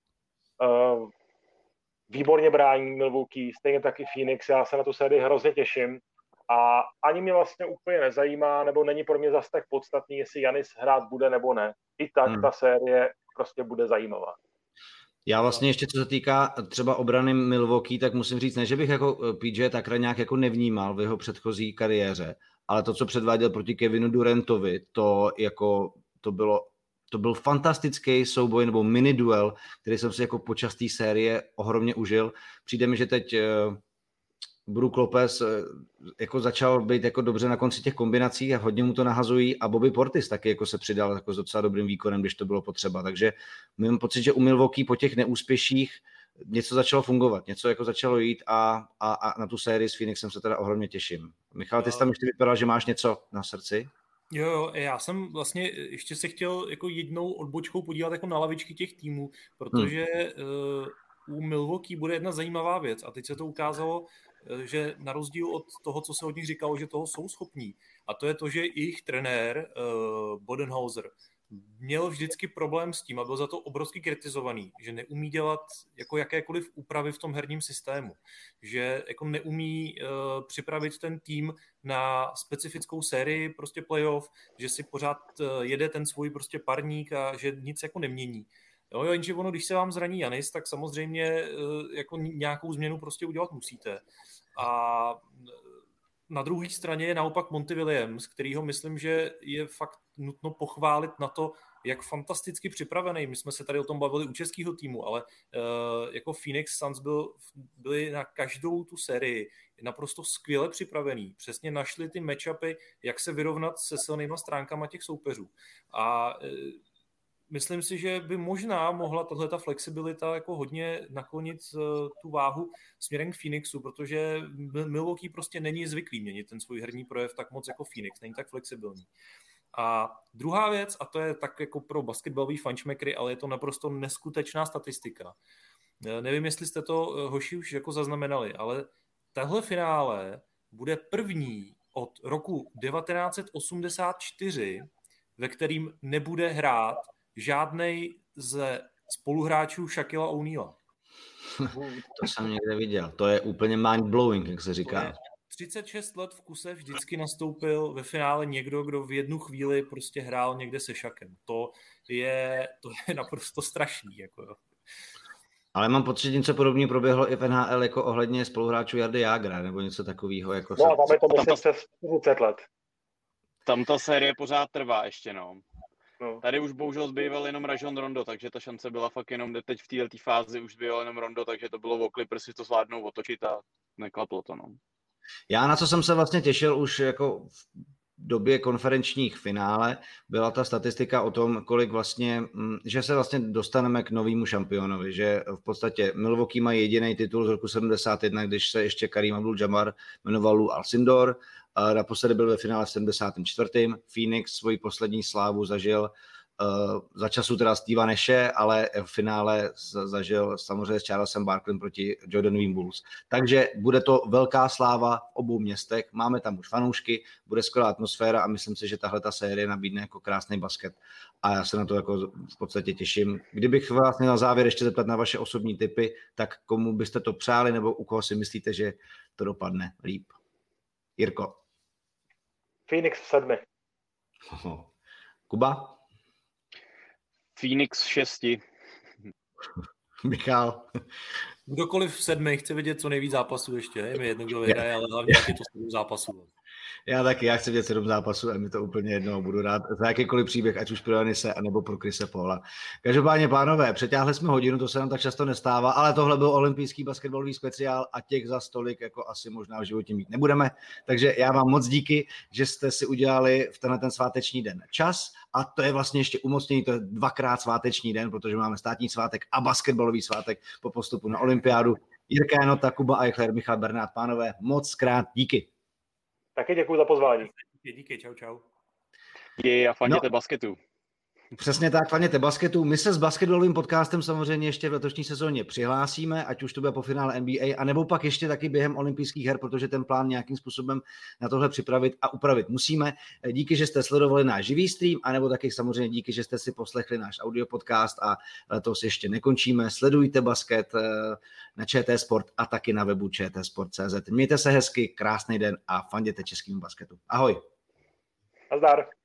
Výborně brání Milwaukee, stejně taky Phoenix, já se na tu sérii hrozně těším. A ani mě vlastně úplně nezajímá, nebo není pro mě zase tak podstatný, jestli Giannis hrát bude nebo ne. I tak hmm. ta série prostě bude zajímavá. Já vlastně ještě, co se týká třeba obrany Milwaukee, tak musím říct, ne, že bych jako P J Tuckera nějak jako nevnímal v jeho předchozí kariéře, ale to, co předváděl proti Kevinu Durantovi, to jako, to bylo, to byl fantastický souboj nebo mini duel, který jsem si jako počas té série ohromně užil. Přijde mi, že teď Brook Lopez jako začal být jako dobře na konci těch kombinací a hodně mu to nahazují a Bobby Portis taky jako se přidal jako s docela dobrým výkonem, když to bylo potřeba. Takže mám pocit, že u Milwaukee po těch neúspěších něco začalo fungovat, něco jako začalo jít a, a, a na tu sérii s Phoenixem se teda ohromně těším. Michal, ty jsi tam ještě vypadal, že máš něco na srdci? Jo, jo, já jsem vlastně ještě se chtěl jako jednou odbočkou podívat jako na lavičky těch týmů, protože hmm. uh, u Milwaukee bude jedna zajímavá věc a teď se to ukázalo že na rozdíl od toho, co se od nich říkalo, že toho jsou schopní, a to je to, že jejich trenér uh, Bodenhauser měl vždycky problém s tím a byl za to obrovsky kritizovaný, že neumí dělat jako jakékoliv úpravy v tom herním systému, že jako neumí uh, připravit ten tým na specifickou sérii prostě playoff, že si pořád uh, jede ten svůj prostě parník a že nic jako nemění. Jo, jenže ono, když se vám zraní Janis, tak samozřejmě uh, jako nějakou změnu prostě udělat musíte. A na druhé straně je naopak Monty Williams, kterýho myslím, že je fakt nutno pochválit na to, jak fantasticky připravený. My jsme se tady o tom bavili u českého týmu, ale uh, jako Phoenix Suns byl, byli na každou tu sérii naprosto skvěle připravený. Přesně našli ty matchupy, jak se vyrovnat se silnýma stránkama těch soupeřů. A uh, myslím si, že by možná mohla tahleta flexibilita jako hodně naklonit uh, tu váhu směrem k Phoenixu, protože Milwaukee prostě není zvyklý měnit ten svůj herní projev tak moc jako Phoenix, není tak flexibilní. A druhá věc, a to je tak jako pro basketbalový fanšmekry, ale je to naprosto neskutečná statistika. Nevím, jestli jste to, hoši, už jako zaznamenali, ale tahle finále bude první od roku devatenáct set osmdesát čtyři, ve kterým nebude hrát žádnej ze spoluhráčů Shaquilla O'Neala. To jsem někde viděl. To je úplně mind-blowing, jak se říká. třicet šest let v kuse vždycky nastoupil ve finále někdo, kdo v jednu chvíli prostě hrál někde se Shaquem. To je, to je naprosto strašný. Jako. Ale mám pocit, že něco podobného proběhlo i v N H L jako ohledně spoluhráčů Jardy Jágra, nebo něco takového. Jako no, tam je to myslím přes čtyřicet let. Tam ta série pořád trvá ještě, no. No. Tady už bohužel zbýval jenom Rajon Rondo, takže ta šance byla fakt jenom teď v této fázi už zbýval jenom Rondo, takže to bylo o Clippers si to zvládnou otočit a neklaplo to, no. Já na co jsem se vlastně těšil už jako v době konferenčních finále, byla ta statistika o tom, kolik vlastně, že se vlastně dostaneme k novému šampionovi, že v podstatě Milwaukee má jediný titul z roku sedmdesát jedna, když se ještě Kareem Abdul-Jabbar jmenoval Lou Alcindor, naposledy byl ve finále v sedmdesátém čtvrtém Phoenix svoji poslední slávu zažil Uh, za času teda Steva Nashe, ale v finále zažil samozřejmě s Charlesem Barklem proti Jordanovým Bulls. Takže bude to velká sláva v obou městech, máme tam už fanoušky, bude skvělá atmosféra a myslím si, že tahle ta série nabídne jako krásný basket a já se na to jako v podstatě těším. Kdybych vás měl na závěr ještě zeptat na vaše osobní tipy, tak komu byste to přáli nebo u koho si myslíte, že to dopadne líp? Jirko. Phoenix v sedmi. Kuba? Phoenix v šesti. Michal. Kdokoliv v sedmi chce vidět co nejvíc zápasů ještě. Je mi jedno, kdo vyhraje, ale hlavně je to sedm zápasů. Já taky, já chci vidět sedm zápasů a mi to úplně jedno, budu rád za jakýkoliv příběh, ať už pro Janise, anebo pro Chrisse Paula. Každopádně, pánové, přetáhli jsme hodinu, to se nám tak často nestává, ale tohle byl olympijský basketbalový speciál a těch za stolik jako asi možná v životě mít nebudeme. Takže já vám moc díky, že jste si udělali v tenhle ten sváteční den čas a to je vlastně ještě umocnění, to je dvakrát sváteční den, protože máme státní svátek a basketbalový svátek po postupu na olympiádu. Jirka Janota, Kuba Eichler, Michal Bernát, pánové, moc krát díky. Taky děkuji za pozvání. Díky, čau, čau. Díky a fandíte no, basketu. Přesně tak, fandíte basketu. My se s basketbalovým podcastem samozřejmě ještě v letošní sezóně přihlásíme, ať už to bude po finále N B A, anebo pak ještě taky během olympijských her, protože ten plán nějakým způsobem na tohle připravit a upravit musíme. Díky, že jste sledovali náš živý stream, anebo taky samozřejmě díky, že jste si poslechli náš audio podcast a letos ještě nekončíme. Sledujte basket na Č T Sport a taky na webu č t sport tečka c z. Mějte se hezky, krásný den a fanděte českému basketu. Ahoj. Nazdar.